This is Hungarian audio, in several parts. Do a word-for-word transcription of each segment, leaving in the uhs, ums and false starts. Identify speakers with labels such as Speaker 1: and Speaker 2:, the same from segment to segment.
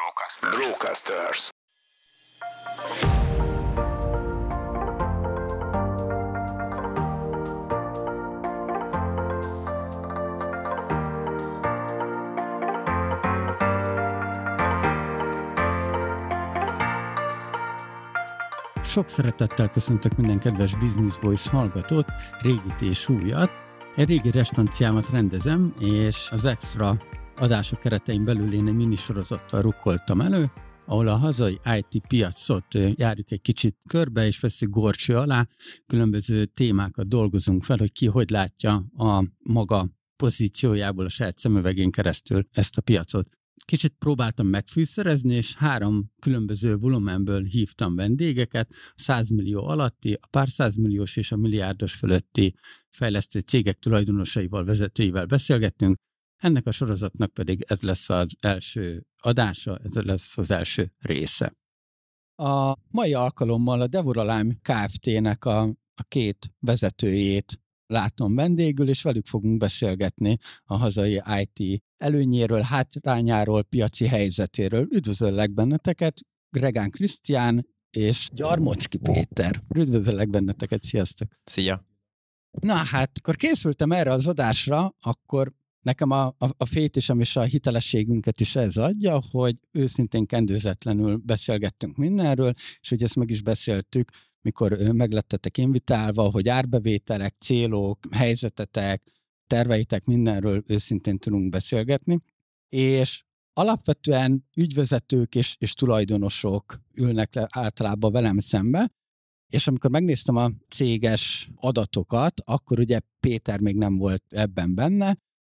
Speaker 1: Brocasters. Brocasters.
Speaker 2: Sok szeretettel köszöntök minden kedves Business Voice hallgatót, régit és újat. Egy régi restanciámat rendezem, és az extra adások keretein belül én egy minisorozattal rukkoltam elő, ahol a hazai i té piacot járjuk egy kicsit körbe, és veszünk górcső alá, különböző témákat dolgozunk fel, hogy ki hogy látja a maga pozíciójából a saját szemüvegén keresztül ezt a piacot. Kicsit próbáltam megfűszerezni, és három különböző volumenből hívtam vendégeket, száz millió alatti, a pár százmilliós és a milliárdos fölötti fejlesztő cégek tulajdonosaival, vezetőivel beszélgettünk. Ennek a sorozatnak pedig ez lesz az első adása, ez lesz az első része. A mai alkalommal a Devora Lime Kft-nek a, a két vezetőjét látom vendégül, és velük fogunk beszélgetni a hazai i té előnyéről, hátrányáról, piaci helyzetéről. Üdvözöllek benneteket, Gregán Krisztián és Gyarmocki Péter. Üdvözöllek benneteket, sziasztok!
Speaker 3: Szia!
Speaker 2: Na hát, akkor készültem erre az adásra, akkor nekem a, a, a fétisem és a hitelességünket is ez adja, hogy őszintén kendőzetlenül beszélgettünk mindenről, és hogy ezt meg is beszéltük, mikor meglettetek invitálva, hogy árbevételek, célok, helyzetetek, terveitek, mindenről őszintén tudunk beszélgetni, és alapvetően ügyvezetők és, és tulajdonosok ülnek le általában velem szembe, és amikor megnéztem a céges adatokat, akkor ugye Péter még nem volt ebben benne,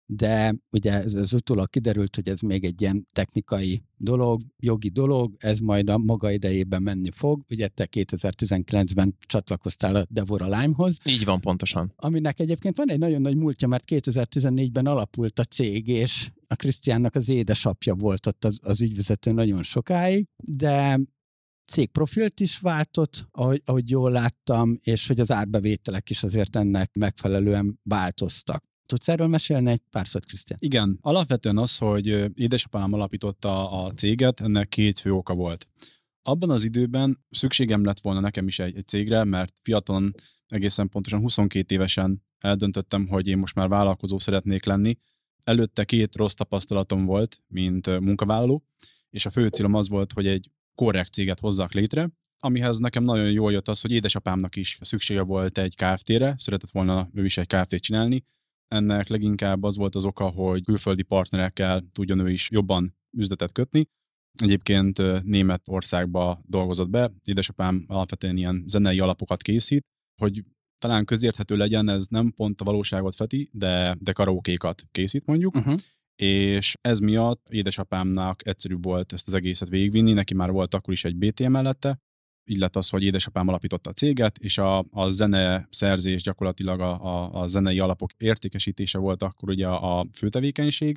Speaker 2: de ugye ez, ez utólag kiderült, hogy ez még egy ilyen technikai dolog, jogi dolog, ez majd a maga idejében menni fog. Ugye te kétezer-tizenkilencben csatlakoztál a Devora Lime-hoz.
Speaker 3: Így van, pontosan.
Speaker 2: Aminek egyébként van egy nagyon nagy múltja, mert kétezer-tizennégyben alapult a cég, és a Krisztiánnak az édesapja volt ott az, az ügyvezető nagyon sokáig, de cégprofilt is váltott, ahogy, ahogy jól láttam, és hogy az árbevételek is azért ennek megfelelően változtak. Tudsz erről mesélni egy pár szót, Krisztián?
Speaker 4: Igen, alapvetően az, hogy édesapám alapította a céget, ennek két fő oka volt. Abban az időben szükségem lett volna nekem is egy, egy cégre, mert fiatalon, egészen pontosan huszonkét évesen eldöntöttem, hogy én most már vállalkozó szeretnék lenni. Előtte két rossz tapasztalatom volt, mint munkavállaló, és a fő célom az volt, hogy egy korrekt céget hozzak létre, amihez nekem nagyon jól jött az, hogy édesapámnak is szüksége volt egy ká ef té-re, szeretett volna ő is egy ká ef té-t csinálni. Ennek leginkább az volt az oka, hogy külföldi partnerekkel tudjon ő is jobban üzletet kötni. Egyébként Németországba dolgozott be, édesapám alapvetően ilyen zenei alapokat készít, hogy talán közérthető legyen, ez nem pont a valóságot fedi, de, de karaokékat készít mondjuk, uh-huh. És ez miatt édesapámnak egyszerűbb volt ezt az egészet végigvinni, neki már volt akkor is egy bé té mellette, így lett az, hogy édesapám alapította a céget, és a, a zene szerzés, gyakorlatilag a, a, a zenei alapok értékesítése volt akkor ugye a, a fő tevékenység,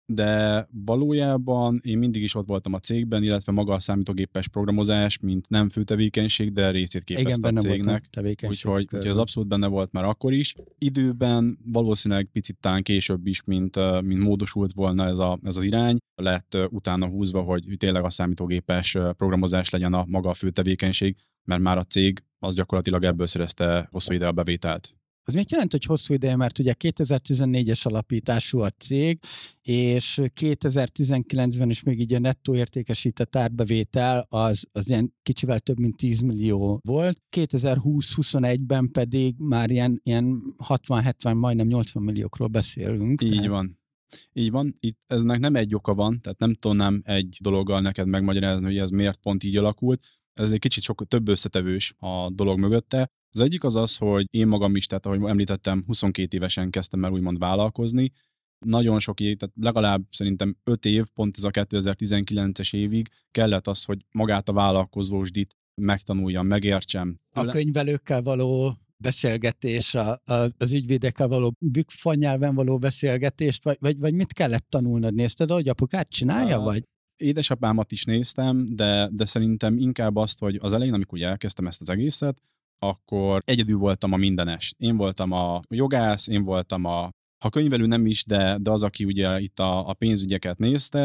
Speaker 4: de valójában én mindig is ott voltam a cégben, illetve maga a számítógépes programozás, mint nem fő tevékenység, de részét képezte a cégnek. Úgyhogy, úgyhogy az abszolút benne volt már akkor is. Időben valószínűleg picit talán később is, mint, mint módosult volna ez, a, ez az irány, lett utána húzva, hogy tényleg a számítógépes programozás legyen a maga a fő tevékenység, mert már a cég az gyakorlatilag ebből szerezte hosszú ide a bevételt.
Speaker 2: Az mit jelent, hogy hosszú ideje, mert ugye kétezer-tizennégyes alapítású a cég, és kétezer-tizenkilencben is még így a nettó értékesített árbevétel az, az ilyen kicsivel több mint tíz millió volt. kétezer-húsz-huszonegyben pedig már ilyen, ilyen hatvan-hetven, majdnem nyolcvan milliókról beszélünk.
Speaker 4: Így
Speaker 2: tehát...
Speaker 4: van. Így van. Itt eznek nem egy oka van, tehát nem tudnám egy dologgal neked megmagyarázni, hogy ez miért pont így alakult. Ez egy kicsit sok több összetevős a dolog mögötte. Az egyik az az, hogy én magam is, tehát ahogy említettem, huszonkét évesen kezdtem el úgymond vállalkozni. Nagyon sok év, tehát legalább szerintem öt év, pont ez a kétezer-tizenkilences évig kellett az, hogy magát a vállalkozósdit megtanuljam, megértsem.
Speaker 2: A könyvelőkkel való beszélgetés, a, a, az ügyvédekkel való bükfa nyelven való beszélgetést, vagy, vagy, vagy mit kellett tanulnod? Nézted, hogy apukát csinálja, a... vagy?
Speaker 4: Édesapámat is néztem, de, de szerintem inkább azt, hogy az elején, amikor elkezdtem ezt az egészet, akkor egyedül voltam a mindenes. Én voltam a jogász, én voltam a, ha könyvelő nem is, de, de az, aki ugye itt a, a pénzügyeket nézte,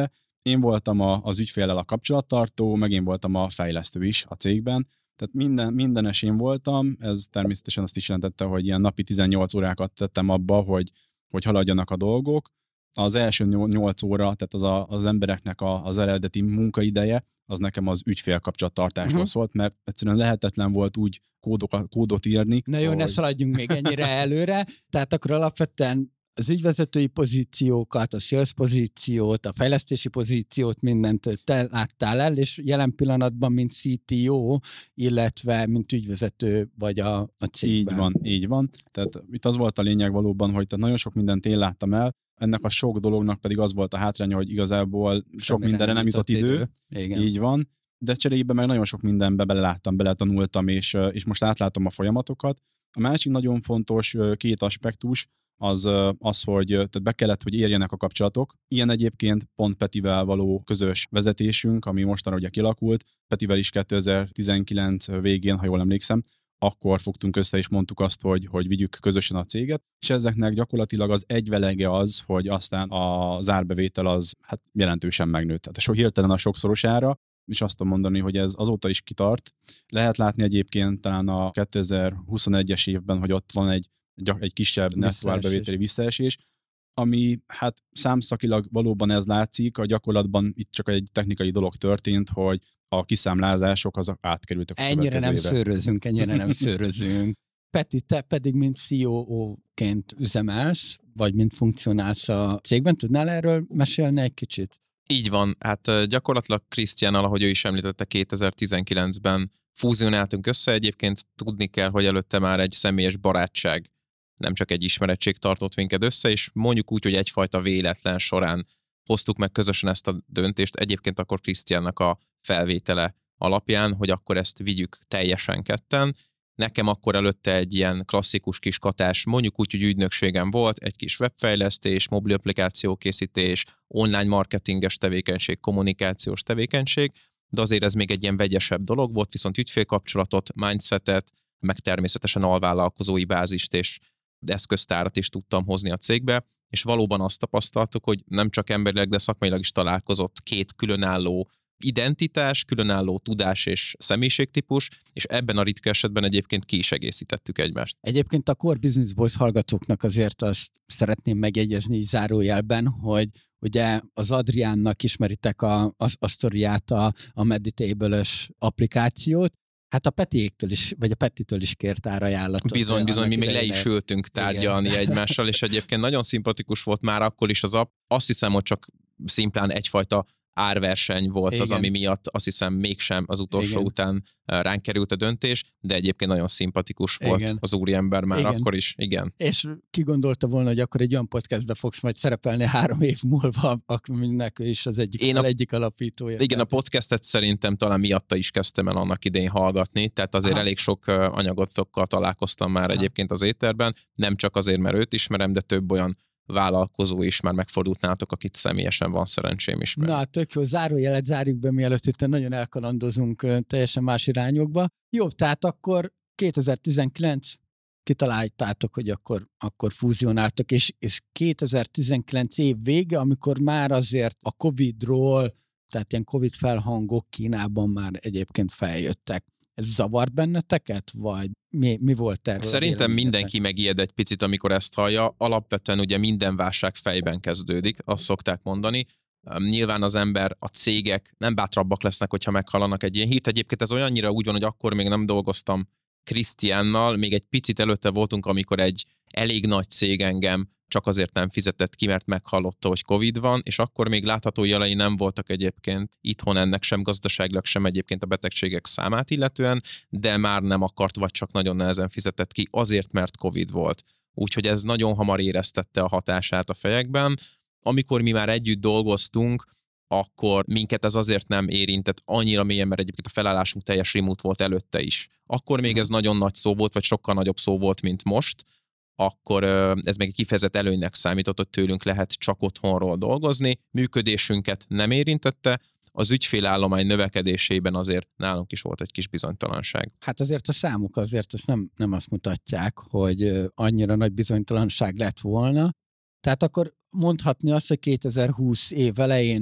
Speaker 4: Én voltam a, az ügyféllel a kapcsolattartó, meg én voltam a fejlesztő is a cégben. Tehát minden, mindenes én voltam, ez természetesen azt is jelentette, hogy ilyen napi tizennyolc órákat tettem abba, hogy, hogy haladjanak a dolgok. Az első nyolc óra, tehát az a, az embereknek a, az eredeti munkaideje, az nekem az ügyfél kapcsolattartásról uh-huh. szólt, mert egyszerűen lehetetlen volt úgy kódok, kódot írni.
Speaker 2: Na jó, hogy... ne szaladjunk még ennyire előre. Tehát akkor alapvetően az ügyvezetői pozíciókat, a sales pozíciót, a fejlesztési pozíciót, mindent te láttál el, és jelen pillanatban, mint cé té o, illetve mint ügyvezető vagy a, a cégben.
Speaker 4: Így van, így van. Tehát itt az volt a lényeg valóban, hogy tehát nagyon sok mindent én láttam el, ennek a sok dolognak pedig az volt a hátránya, hogy igazából sok Semmi mindenre nem jutott idő. idő. Igen. Így van. De cserébe meg nagyon sok mindenbe beleláttam, beletanultam, és, és most átlátom a folyamatokat. A másik nagyon fontos két aspektus, az az, hogy tehát be kellett, hogy érjenek a kapcsolatok. Ilyen egyébként pont Petivel való közös vezetésünk, ami mostanra ugye kialakult. Petivel is kétezer-tizenkilenc végén, ha jól emlékszem, akkor fogtunk össze és mondtuk azt, hogy, hogy vigyük közösen a céget, és ezeknek gyakorlatilag az egyvelege az, hogy aztán az árbevétel az hát jelentősen megnőtt. Tehát so hirtelen a sokszorosára, és azt tudom mondani, hogy ez azóta is kitart. Lehet látni egyébként talán a kétezer-huszonegyes évben, hogy ott van egy egy kisebb nettó árbevételi visszaesés, ami hát számszakilag valóban ez látszik, a gyakorlatban itt csak egy technikai dolog történt, hogy a kiszámlázások azok átkerültek a
Speaker 2: Ennyire nem szőrözünk, ennyire nem szőrözünk. Peti, te pedig mint cé o ó-ként üzemelsz, vagy mint funkcionálsz a cégben, tudnál erről mesélni egy kicsit?
Speaker 1: Így van, hát gyakorlatilag Krisztiánnal, ahogy ő is említette, kétezer-tizenkilencben fúzionáltunk össze, egyébként tudni kell, hogy előtte már egy személyes barátság, nem csak egy ismerettség tartott minket össze, és mondjuk úgy, hogy egyfajta véletlen során hoztuk meg közösen ezt a döntést, egyébként akkor Krisztiánnak a felvétele alapján, hogy akkor ezt vigyük teljesen ketten. Nekem akkor előtte egy ilyen klasszikus kis katás, mondjuk úgy, hogy ügynökségem volt, egy kis webfejlesztés, mobil applikáció készítés, online marketinges tevékenység, kommunikációs tevékenység, de azért ez még egy ilyen vegyesebb dolog volt, viszont ügyfélkapcsolatot, mindsetet, meg természetesen alvállalkozói bázist és eszköztárat is tudtam hozni a cégbe, és valóban azt tapasztaltuk, hogy nem csak emberileg, de szakmailag is találkozott két különálló identitás, különálló tudás és személyiségtípus, és ebben a ritka esetben egyébként ki is egészítettük egymást.
Speaker 2: Egyébként a Core Business Boys hallgatóknak azért azt szeretném megjegyezni zárójelben, hogy ugye az Adriánnak ismeritek a, a, a sztoriát, a, a Meditable-ös applikációt, hát a Petiéktől is, vagy a Petitől is kért árajánlatot.
Speaker 1: Bizony, bizony, mi még le is ültünk tárgyalni igen. egymással, és egyébként nagyon szimpatikus volt már akkor is az app. Azt hiszem, hogy csak szimplán egyfajta árverseny volt igen. az, ami miatt azt hiszem mégsem az utolsó igen. után ránk került a döntés, de egyébként nagyon szimpatikus volt igen. az úriember már igen. akkor is, igen.
Speaker 2: És ki gondolta volna, hogy akkor egy olyan podcastbe fogsz majd szerepelni három év múlva, aminek is az egyik, Én a, egyik alapítója.
Speaker 1: Igen, tehát. A podcastet szerintem talán miatta is kezdtem el annak idején hallgatni, tehát azért Aha. elég sok anyagotokkal találkoztam már Aha. egyébként az éterben, nem csak azért, mert őt ismerem, de több olyan vállalkozó is már megfordult nálatok, akit személyesen van szerencsém ismerni.
Speaker 2: Na, tök jó, zárójelet zárjuk be, mielőtt itt nagyon elkalandozunk teljesen más irányokba. Jó, tehát akkor kétezer-tizenkilenc kitaláltátok, hogy akkor, akkor fúzionáltok, és, és kétezer-tizenkilenc év vége, amikor már azért a Covidról, tehát ilyen Covid felhangok Kínában már egyébként feljöttek. Ez zavart benneteket, vagy mi, mi volt erről?
Speaker 1: Szerintem mindenki megijed egy picit, amikor ezt hallja. Alapvetően ugye minden válság fejben kezdődik, azt szokták mondani. Nyilván az ember, a cégek nem bátrabbak lesznek, hogyha meghallanak egy ilyen hírt. Egyébként ez olyannyira úgy van, hogy akkor még nem dolgoztam Krisztiánnal, még egy picit előtte voltunk, amikor egy elég nagy cég engem csak azért nem fizetett ki, mert meghallotta, hogy Covid van, és akkor még látható jelei nem voltak egyébként itthon ennek sem gazdaságilag, sem egyébként a betegségek számát illetően, de már nem akart, vagy csak nagyon nehezen fizetett ki, azért, mert Covid volt. Úgyhogy ez nagyon hamar éreztette a hatását a fejekben. Amikor mi már együtt dolgoztunk, akkor minket ez azért nem érintett annyira mélyen, mert egyébként a felállásunk teljes remote volt előtte is. Akkor még ez nagyon nagy szó volt, vagy sokkal nagyobb szó volt, mint most, akkor ez még kifejezett előnynek számított, hogy tőlünk lehet csak otthonról dolgozni. Működésünket nem érintette, az ügyfélállomány növekedésében azért nálunk is volt egy kis bizonytalanság.
Speaker 2: Hát azért a számok azért azt nem, nem azt mutatják, hogy annyira nagy bizonytalanság lett volna. Tehát akkor mondhatni azt, hogy kétezer-húsz év elején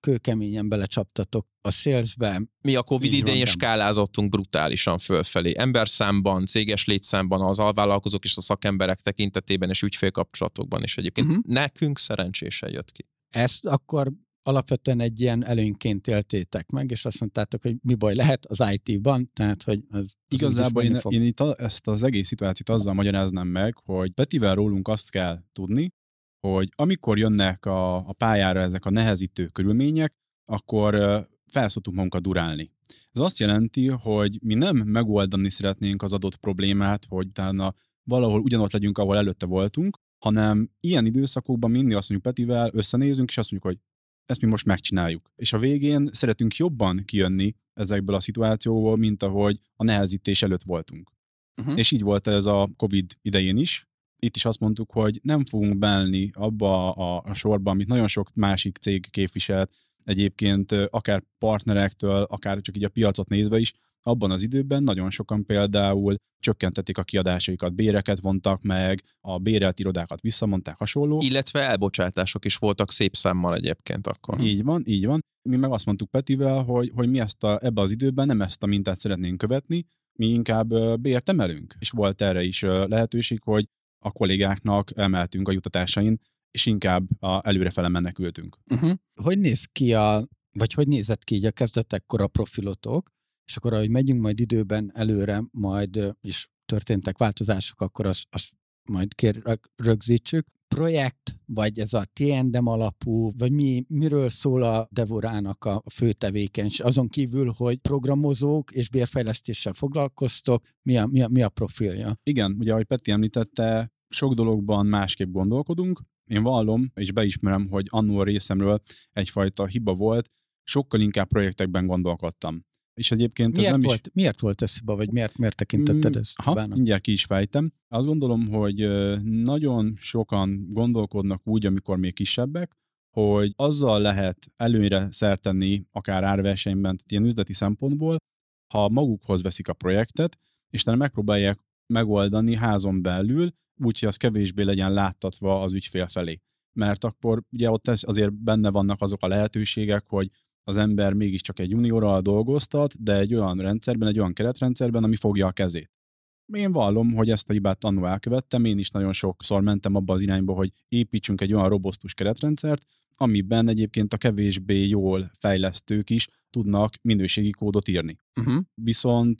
Speaker 2: kőkeményen belecsaptatok a salesbe.
Speaker 1: Mi a Covid
Speaker 4: Így van,
Speaker 1: idején
Speaker 4: nem.
Speaker 1: skálázottunk brutálisan fölfelé. Emberszámban, céges létszámban, az alvállalkozók és a szakemberek tekintetében és ügyfélkapcsolatokban is egyébként.
Speaker 2: Uh-huh.
Speaker 1: Nekünk szerencsésen jött ki.
Speaker 2: Ezt akkor alapvetően egy ilyen előnyként éltétek meg, és azt mondtátok, hogy mi baj lehet az í té-ban, tehát hogy az, az
Speaker 4: Igazából én,
Speaker 2: fog.
Speaker 4: én itt a, ezt az egész szituációt azzal magyaráznám meg, hogy Petivel rólunk azt kell tudni, hogy amikor jönnek a, a pályára ezek a nehezítő körülmények, akkor uh, felszoktuk magunkat durálni. Ez azt jelenti, hogy mi nem megoldani szeretnénk az adott problémát, hogy utána valahol ugyanott legyünk, ahol előtte voltunk, hanem ilyen időszakokban mindig azt mondjuk Petivel, összenézünk, és azt mondjuk, hogy ezt mi most megcsináljuk. És a végén szeretünk jobban kijönni ezekből a szituációból, mint ahogy a nehezítés előtt voltunk. Uh-huh. És így volt ez a Covid idején is. Itt is azt mondtuk, hogy nem fogunk beállni abba a, a sorba, amit nagyon sok másik cég képviselt, egyébként akár partnerektől, akár csak így a piacot nézve is, abban az időben nagyon sokan például csökkentették a kiadásaikat, béreket vontak meg, a bérelt irodákat visszamondták, hasonló.
Speaker 1: Illetve elbocsátások is voltak szép számmal egyébként akkor.
Speaker 4: Így van, így van. Mi meg azt mondtuk Petivel, hogy, hogy mi ezt a, ebbe az időben nem ezt a mintát szeretnénk követni, mi inkább bért emelünk. És volt erre is lehetőség, hogy a kollégáknak emeltünk a juttatásain, és inkább a előrefele menekültünk.
Speaker 2: Uh-huh. Hogy néz ki a, vagy hogy nézett ki így a kezdetekkor a profilotok, és akkor, ahogy megyünk majd időben előre, majd is történtek változások, akkor azt, azt majd kér, rögzítsük. Projekt, vagy ez a té en em alapú, vagy mi, miről szól a Devorának a fő tevékenység? Azon kívül, hogy programozók és bérfejlesztéssel foglalkoztok, mi a, mi a, mi a profilja?
Speaker 4: Igen, ugye, ahogy Peti említette, sok dologban másképp gondolkodunk. Én vallom, és beismerem, hogy annó a részemről egyfajta hiba volt, sokkal inkább projektekben gondolkodtam. És egyébként
Speaker 2: miért,
Speaker 4: ez nem
Speaker 2: volt,
Speaker 4: is...
Speaker 2: miért volt ez hiba, vagy miért, miért tekintetted ezt
Speaker 4: Ha,
Speaker 2: hibának?
Speaker 4: mindjárt ki is fejtem. Azt gondolom, hogy nagyon sokan gondolkodnak úgy, amikor még kisebbek, hogy azzal lehet előnyre szert tenni, akár árversenyben, ilyen üzleti szempontból, ha magukhoz veszik a projektet, és talán megpróbálják megoldani házon belül, úgyhogy az kevésbé legyen láttatva az ügyfél felé. Mert akkor ugye ott azért benne vannak azok a lehetőségek, hogy az ember mégiscsak egy juniorral dolgoztat, de egy olyan rendszerben, egy olyan keretrendszerben, ami fogja a kezét. Én vallom, hogy ezt a hibát annól elkövettem, én is nagyon sokszor mentem abba az irányba, hogy építsünk egy olyan robosztus keretrendszert, amiben egyébként a kevésbé jól fejlesztők is tudnak minőségi kódot írni.
Speaker 2: Uh-huh.
Speaker 4: Viszont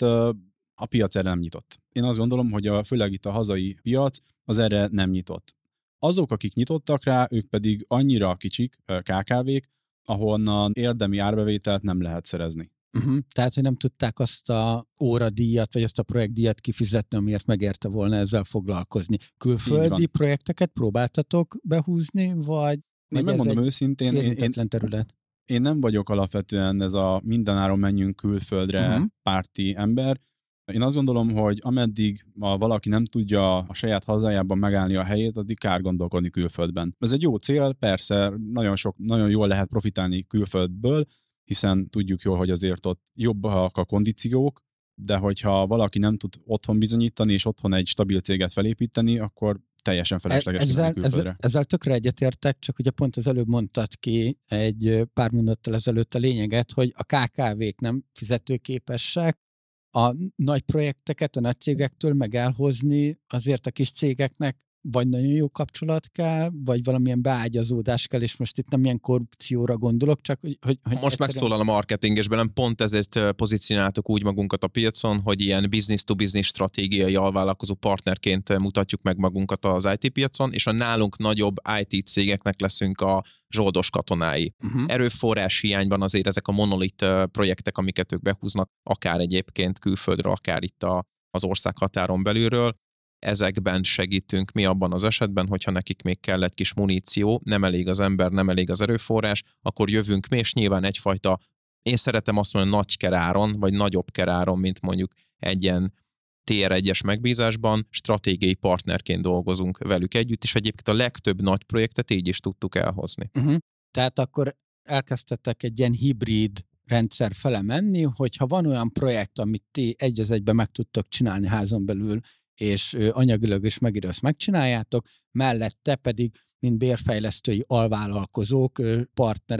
Speaker 4: a piac erre nem nyitott. Én azt gondolom, hogy a, főleg itt a hazai piac az erre nem nyitott. Azok, akik nyitottak rá, ők pedig annyira kicsik, ká ká vék, ahonnan érdemi árbevételt nem lehet szerezni.
Speaker 2: Uh-huh. Tehát, hogy nem tudták azt a óradíjat, vagy azt a projektdíjat kifizetni, amiért megérte volna ezzel foglalkozni. Külföldi projekteket próbáltatok behúzni, vagy...
Speaker 4: Én megmondom őszintén, én, én,
Speaker 2: terület?
Speaker 4: én nem vagyok alapvetően ez a mindenáron menjünk külföldre uh-huh. párti ember. Én azt gondolom, hogy ameddig a valaki nem tudja a saját hazájában megállni a helyét, addig kár gondolkodni külföldben. Ez egy jó cél, persze nagyon, sok, nagyon jól lehet profitálni külföldből, hiszen tudjuk jól, hogy azért ott jobbak a kondíciók, de hogyha valaki nem tud otthon bizonyítani, és otthon egy stabil céget felépíteni, akkor teljesen felesleges
Speaker 2: ezzel,
Speaker 4: külföldre.
Speaker 2: Ezzel, ezzel tökre egyetértek, csak ugye pont az előbb mondtad ki egy pár mondattal ezelőtt a lényeget, hogy a ká ká vék nem fizetőképesek, a nagy projekteket a nagy cégektől meg elhozni azért a kis cégeknek vagy nagyon jó kapcsolat kell, vagy valamilyen beágyazódás kell, és most itt nem ilyen korrupcióra gondolok, csak hogy... hogy
Speaker 1: most
Speaker 2: egyszerűen...
Speaker 1: megszólal a marketing, és belem pont ezért pozícionáltuk úgy magunkat a piacon, hogy ilyen business-to-business stratégiai alvállalkozó partnerként mutatjuk meg magunkat az i té piacon, és a nálunk nagyobb i té cégeknek leszünk a zsoldos katonái. Uh-huh. Erőforrás hiányban azért ezek a monolit projektek, amiket ők behúznak, akár egyébként külföldről, akár itt a, az ország határon belülről, ezekben segítünk mi abban az esetben, hogyha nekik még kell egy kis muníció, nem elég az ember, nem elég az erőforrás, akkor jövünk mi, és nyilván egyfajta, én szeretem azt mondani, nagy keráron, vagy nagyobb keráron, mint mondjuk egy ilyen té er egyes megbízásban, stratégiai partnerként dolgozunk velük együtt, és egyébként a legtöbb nagy projektet így is tudtuk elhozni.
Speaker 2: Uh-huh. Tehát akkor elkezdtetek egy ilyen hibrid rendszer fele menni, hogyha van olyan projekt, amit ti egy az egyben meg tudtok csinálni házon belül, és anyagilag is megír, azt megcsináljátok, mellette pedig, mint bérfejlesztői alvállalkozók, partnerek,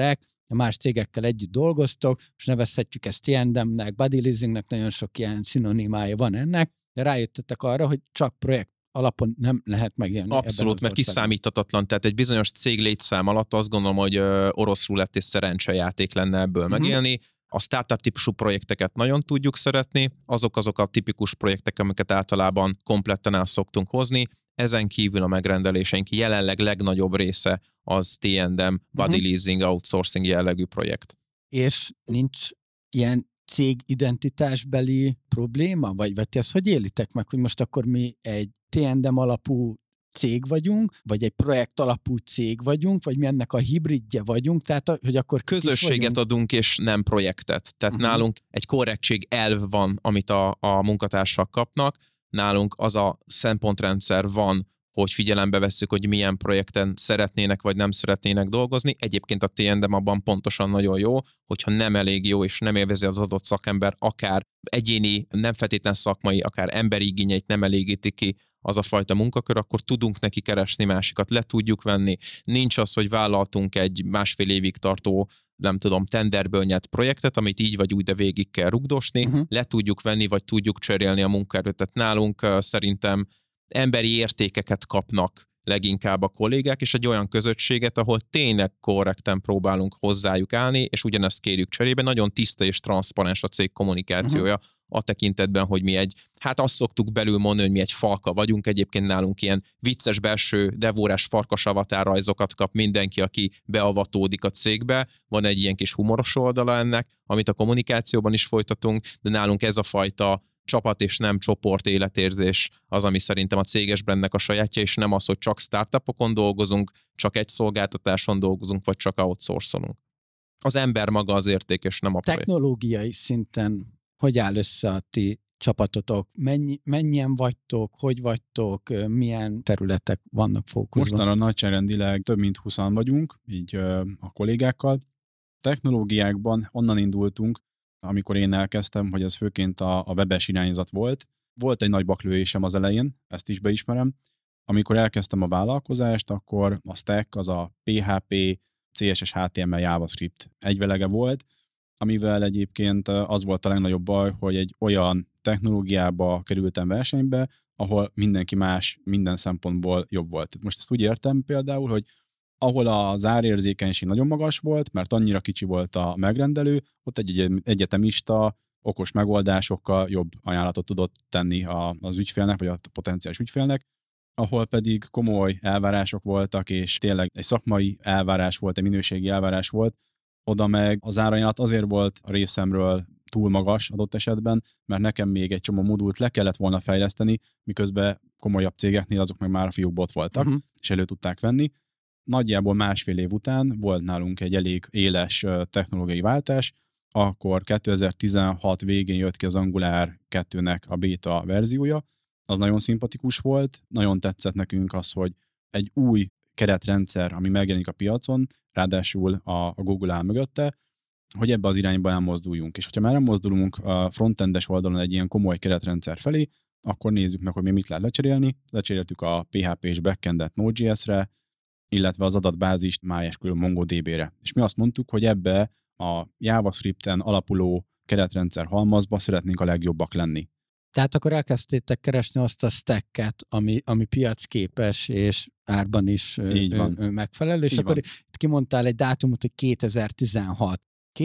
Speaker 2: más cégekkel együtt dolgoztok, és nevezhetjük ezt T and M-nek, body leasingnek, nagyon sok ilyen szinonimája van ennek, de rájöttetek arra, hogy csak projekt alapon nem lehet megélni.
Speaker 1: Abszolút, mert kiszámíthatatlan, tehát egy bizonyos cég létszám alatt azt gondolom, hogy orosz rulett és szerencsejáték lenne ebből uh-huh. megélni. A startup típusú projekteket nagyon tudjuk szeretni, azok azok a tipikus projektek, amiket általában kompletten el szoktunk hozni. Ezen kívül a megrendeléseink jelenleg legnagyobb része az T and M, body uh-huh. leasing, outsourcing jellegű projekt.
Speaker 2: És nincs ilyen cégidentitásbeli probléma? Vagy, vagy ti ezt hogy élitek meg, hogy most akkor mi egy T and M alapú cég vagyunk, vagy egy projekt alapú cég vagyunk, vagy mi ennek a hibridje vagyunk, tehát hogy akkor
Speaker 1: közösséget adunk, és nem projektet. Tehát uh-huh. nálunk egy korrektség elv van, amit a, a munkatársak kapnak, nálunk az a szempontrendszer van, hogy figyelembe vesszük, hogy milyen projekten szeretnének, vagy nem szeretnének dolgozni. Egyébként a T and M abban pontosan nagyon jó, hogyha nem elég jó, és nem élvezi az adott szakember, akár egyéni, nem feltétlen szakmai, akár emberi igényeit nem elégíti ki az a fajta munkakör, akkor tudunk neki keresni másikat, le tudjuk venni. Nincs az, hogy vállaltunk egy másfél évig tartó, nem tudom, tenderből nyert projektet, amit így vagy úgy, de végig kell rugdosni, uh-huh. le tudjuk venni, vagy tudjuk cserélni a munkaerőt. Tehát nálunk uh, szerintem emberi értékeket kapnak leginkább a kollégák, és egy olyan közösséget, ahol tényleg korrekten próbálunk hozzájuk állni, és ugyanezt kérjük cserébe. Nagyon tiszta és transzparens a cég kommunikációja, uh-huh. a tekintetben, hogy mi egy, hát azt szoktuk belül mondani, hogy mi egy falka vagyunk, egyébként nálunk ilyen vicces belső devórás farkas avatárrajzokat kap mindenki, aki beavatódik a cégbe, van egy ilyen kis humoros oldala ennek, amit a kommunikációban is folytatunk, de nálunk ez a fajta csapat és nem csoport életérzés az, ami szerintem a céges brandnek a sajátja, és nem az, hogy csak startupokon dolgozunk, csak egy szolgáltatáson dolgozunk, vagy csak outsourcolunk. Az ember maga az érték, és nem a projekt.
Speaker 2: Technológiai szinten hogy áll össze a ti csapatotok? Mennyi, mennyien vagytok, hogy vagytok, milyen területek vannak fókuszban?
Speaker 4: Mostanra nagyságrendileg több mint húszan vagyunk, így a kollégákkal. Technológiákban onnan indultunk, amikor én elkezdtem, hogy ez főként a, a webes irányzat volt. Volt egy nagy baklövésem az elején, ezt is beismerem. Amikor elkezdtem a vállalkozást, akkor a stack az a pé há pé, cé es es, há té em el, JavaScript egyvelege volt, amivel egyébként az volt a legnagyobb baj, hogy egy olyan technológiába kerültem versenybe, ahol mindenki más minden szempontból jobb volt. Most ezt úgy értem például, hogy ahol az árérzékenység nagyon magas volt, mert annyira kicsi volt a megrendelő, ott egy egyetemista okos megoldásokkal jobb ajánlatot tudott tenni az ügyfélnek, vagy a potenciális ügyfélnek, ahol pedig komoly elvárások voltak, és tényleg egy szakmai elvárás volt, egy minőségi elvárás volt, oda meg az árajánlat azért volt a részemről túl magas adott esetben, mert nekem még egy csomó modult le kellett volna fejleszteni, miközben komolyabb cégeknél azok meg már a fiúkból ott voltak, uh-huh. és elő tudták venni. Nagyjából másfél év után volt nálunk egy elég éles technológiai váltás, akkor kétezer-tizenhat végén jött ki az Angular kettőnek a beta verziója, az nagyon szimpatikus volt, nagyon tetszett nekünk az, hogy egy új keretrendszer, ami megjelenik a piacon, ráadásul a, a Google áll mögötte, hogy ebbe az irányba elmozduljunk. És hogyha már nem mozdulunk a frontendes oldalon egy ilyen komoly keretrendszer felé, akkor nézzük meg, hogy mi mit lehet lecserélni. Lecseréltük a pé há pé és backendet Node.js-re, illetve az adatbázist MySQL MongoDB-re. És mi azt mondtuk, hogy ebbe a JavaScripten alapuló keretrendszer halmazba szeretnénk a legjobbak lenni.
Speaker 2: Tehát akkor elkezdtétek keresni azt a stacket, ami, ami piacképes és árban is
Speaker 4: Így van.
Speaker 2: megfelelő, és
Speaker 4: Így
Speaker 2: akkor
Speaker 4: van.
Speaker 2: itt kimondtál egy dátumot, hogy kétezer-tizenhat.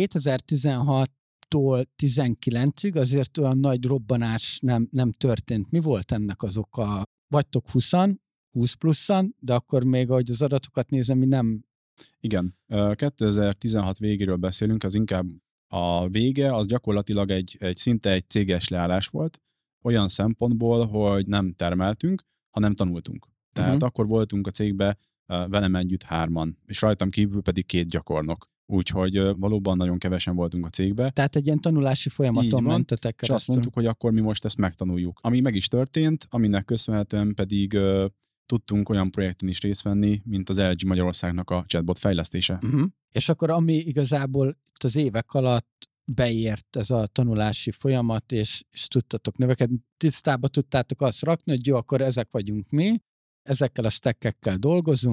Speaker 2: kétezer-tizenhattól tizenkilencig azért olyan nagy robbanás nem, nem történt. Mi volt ennek az oka? Vagytok húszan, húsz pluszan, de akkor még, ahogy az adatokat nézem, mi nem...
Speaker 4: Igen. kétezer-tizenhat végéről beszélünk, az inkább a vége, az gyakorlatilag egy, egy szinte egy céges leállás volt, olyan szempontból, hogy nem termeltünk, hanem tanultunk. Tehát uh-huh. akkor voltunk a cégbe velem együtt hárman, és rajtam kívül pedig két gyakornok. Úgyhogy valóban nagyon kevesen voltunk a cégbe.
Speaker 2: Tehát egy ilyen tanulási folyamaton mentetek keresztül.
Speaker 4: És azt mondtuk, hogy akkor mi most ezt megtanuljuk. Ami meg is történt, aminek köszönhetően pedig uh, tudtunk olyan projekten is részt venni, mint az el gé Magyarországnak a chatbot fejlesztése.
Speaker 2: Uh-huh. És akkor ami igazából itt az évek alatt beért ez a tanulási folyamat, és, és tudtatok növekedni, tisztába tudtátok azt rakni, hogy jó, akkor ezek vagyunk mi, ezekkel a stackekkel dolgozunk,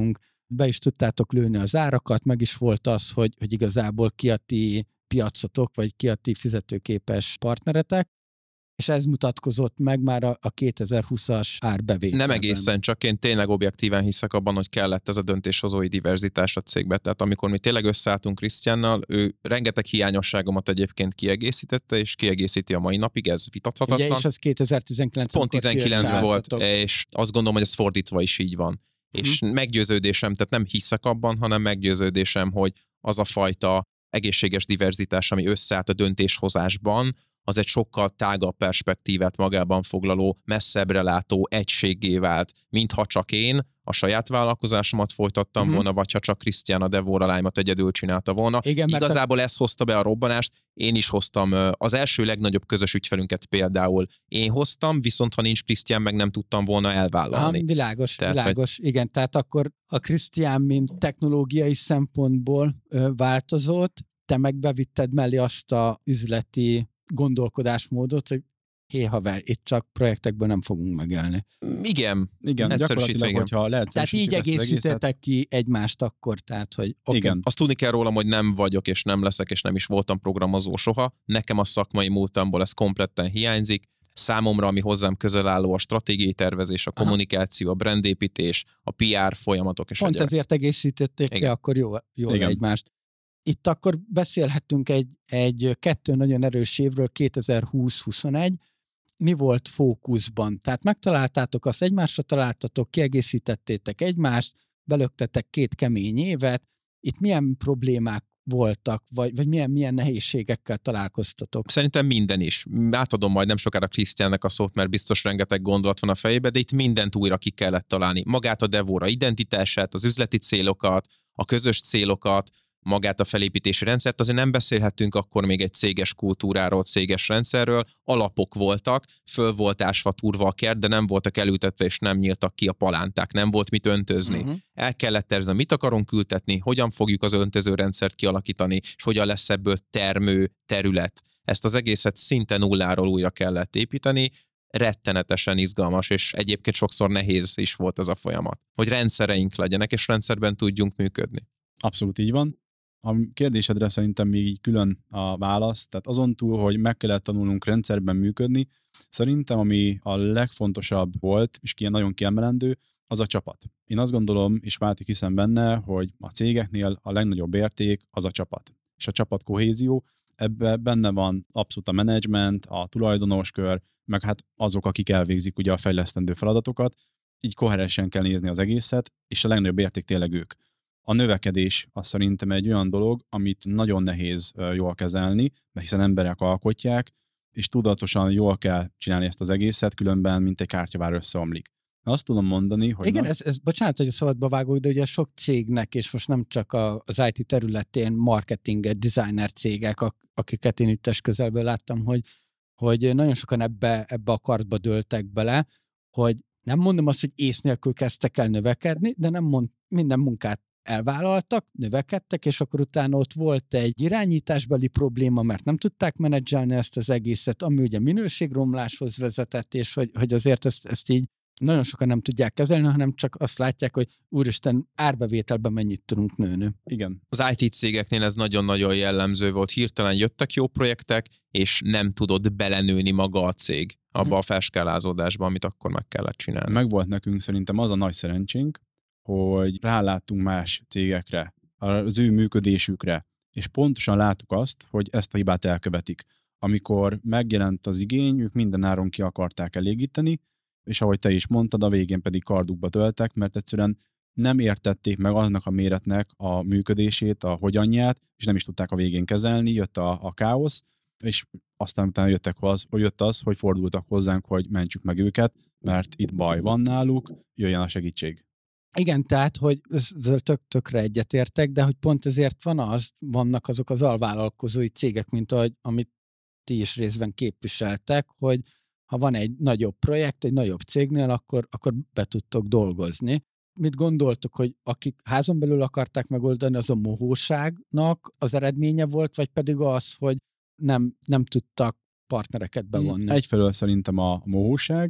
Speaker 2: be is tudtátok lőni az árakat, meg is volt az, hogy, hogy igazából ki a ti piacotok, vagy ki a ti fizetőképes partneretek, és ez mutatkozott meg már a, a kétezer-húszas árbevételben.
Speaker 1: Nem egészen, csak én tényleg objektíven hiszek abban, hogy kellett ez a döntéshozói diverzitás a cégbe. Tehát amikor mi tényleg összeálltunk Krisztiánnal, ő rengeteg hiányosságomat egyébként kiegészítette, és kiegészíti a mai napig, ez vitathatatlan.
Speaker 2: Ugye, és az kétezer-tizenkilenc
Speaker 1: pont tizenkilenc volt, és azt gondolom, hogy ez fordítva is így van. Hmm. És meggyőződésem, tehát nem hiszek abban, hanem meggyőződésem, hogy az a fajta egészséges diverzitás, ami összeállt a döntéshozásban, az egy sokkal tágabb perspektívát magában foglaló, messzebbre látó egységgé vált, mintha csak én a saját vállalkozásomat folytattam uh-huh. volna, vagy ha csak Krisztián Devóra lánymat egyedül csinálta volna.
Speaker 2: Igen,
Speaker 1: Igazából a... ez hozta be a robbanást, én is hoztam az első legnagyobb közös ügyfelünket például. Én hoztam, viszont ha nincs Krisztián, meg nem tudtam volna elvállalni.
Speaker 2: Aha, világos, tehát, világos.
Speaker 1: Hogy...
Speaker 2: Igen, tehát akkor a Krisztián, mint technológiai szempontból ö, változott, te meg bevitted mellé azt a üzleti gondolkodásmódot, hogy hé haver, itt csak projektekből nem fogunk megélni.
Speaker 1: Igen.
Speaker 4: Igen, gyakorlatilag,
Speaker 1: igen.
Speaker 4: hogyha lehet.
Speaker 2: Tehát így egészítettek ki egymást akkor, tehát, hogy
Speaker 1: okay. Igen. Azt tudni kell rólam, hogy nem vagyok, és nem leszek, és nem is voltam programozó soha. Nekem a szakmai múltamból ez kompletten hiányzik. Számomra, ami hozzám közel álló, a stratégiai tervezés, a kommunikáció, a brandépítés, a pé er folyamatok. És
Speaker 2: pont egyre. Ezért egészítették ki akkor jól, jól egymást. Itt akkor beszélhetünk egy, egy kettő nagyon erős évről, kétezer-húsz-huszonegy. Mi volt fókuszban? Tehát megtaláltátok azt, egymásra találtatok, kiegészítettétek egymást, belöktetek két kemény évet. Itt milyen problémák voltak, vagy, vagy milyen, milyen nehézségekkel találkoztatok?
Speaker 1: Szerintem minden is. Átadom majd nem sokára Krisztiánnak a szót, mert biztos rengeteg gondolat van a fejében, de itt mindent újra ki kellett találni. Magát a Devóra identitását, az üzleti célokat, a közös célokat, magát a felépítési rendszert, azért nem beszélhettünk akkor még egy céges kultúráról, céges rendszerről, alapok voltak, föl volt ásva, turva a kert, de nem voltak elültetve, és nem nyíltak ki a palánták, nem volt mit öntözni. Uh-huh. El kellett tervezni, mit akarunk ültetni, hogyan fogjuk az öntöző rendszert kialakítani, és hogyan lesz ebből termő terület. Ezt az egészet szinte nulláról újra kellett építeni, rettenetesen izgalmas, és egyébként sokszor nehéz is volt ez a folyamat. Hogy rendszereink legyenek, és rendszerben tudjunk működni.
Speaker 4: Abszolút így van. A kérdésedre szerintem még így külön a válasz, tehát azon túl, hogy meg kellett tanulnunk rendszerben működni, szerintem ami a legfontosabb volt, és ilyen nagyon kiemelendő, az a csapat. Én azt gondolom, és váltik hiszem benne, hogy a cégeknél a legnagyobb érték az a csapat. És a csapat kohézió, ebben benne van abszolút a menedzsment, a tulajdonoskör, meg hát azok, akik elvégzik ugye a fejlesztendő feladatokat, így koherensen kell nézni az egészet, és a legnagyobb érték tényleg ők. A növekedés az szerintem egy olyan dolog, amit nagyon nehéz jól kezelni, mert hiszen emberek alkotják, és tudatosan jól kell csinálni ezt az egészet, különben mint egy kártyavár összeomlik. Azt tudom mondani, hogy...
Speaker 2: Igen,
Speaker 4: nagy...
Speaker 2: ez, ez, bocsánat, hogy a szabadba vágok, de ugye sok cégnek, és most nem csak a, az i té területén marketing, designer cégek, akiket én itt közelből láttam, hogy, hogy nagyon sokan ebbe, ebbe a kartba dőltek bele, hogy nem mondom azt, hogy ész nélkül kezdtek el növekedni, de nem mond, minden munkát elvállaltak, növekedtek, és akkor utána ott volt egy irányításbeli probléma, mert nem tudták menedzselni ezt az egészet, ami ugye minőségromláshoz vezetett, és hogy, hogy azért ezt, ezt így nagyon sokan nem tudják kezelni, hanem csak azt látják, hogy úristen, árbevételben mennyit tudunk nőni.
Speaker 4: Igen.
Speaker 1: Az i té cégeknél ez nagyon-nagyon jellemző volt. Hirtelen jöttek jó projektek, és nem tudott belenőni maga a cég abba hmm. a felskálázódásba, amit akkor meg kellett csinálni.
Speaker 4: Meg volt nekünk szerintem az a nagy szerencsénk, hogy ráláttunk más cégekre, az ő működésükre, és pontosan láttuk azt, hogy ezt a hibát elkövetik. Amikor megjelent az igény, ők mindenáron ki akarták elégíteni, és ahogy te is mondtad, a végén pedig kardukba töltek, mert egyszerűen nem értették meg annak a méretnek a működését, a hogyanját, és nem is tudták a végén kezelni, jött a, a káosz, és aztán utána jöttek az, hogy jött az, hogy fordultak hozzánk, hogy mentsük meg őket, mert itt baj van náluk, jöjjön a segítség.
Speaker 2: Igen, tehát, hogy ezzel tök-tökre egyetértek, de hogy pont ezért van az, vannak azok az alvállalkozói cégek, mint ahogy, amit ti is részben képviseltek, hogy ha van egy nagyobb projekt, egy nagyobb cégnél, akkor, akkor be tudtok dolgozni. Mit gondoltok, hogy akik házon belül akarták megoldani, az a mohóságnak az eredménye volt, vagy pedig az, hogy nem, nem tudtak partnereket bevonni?
Speaker 4: Egyfelől szerintem a mohóság,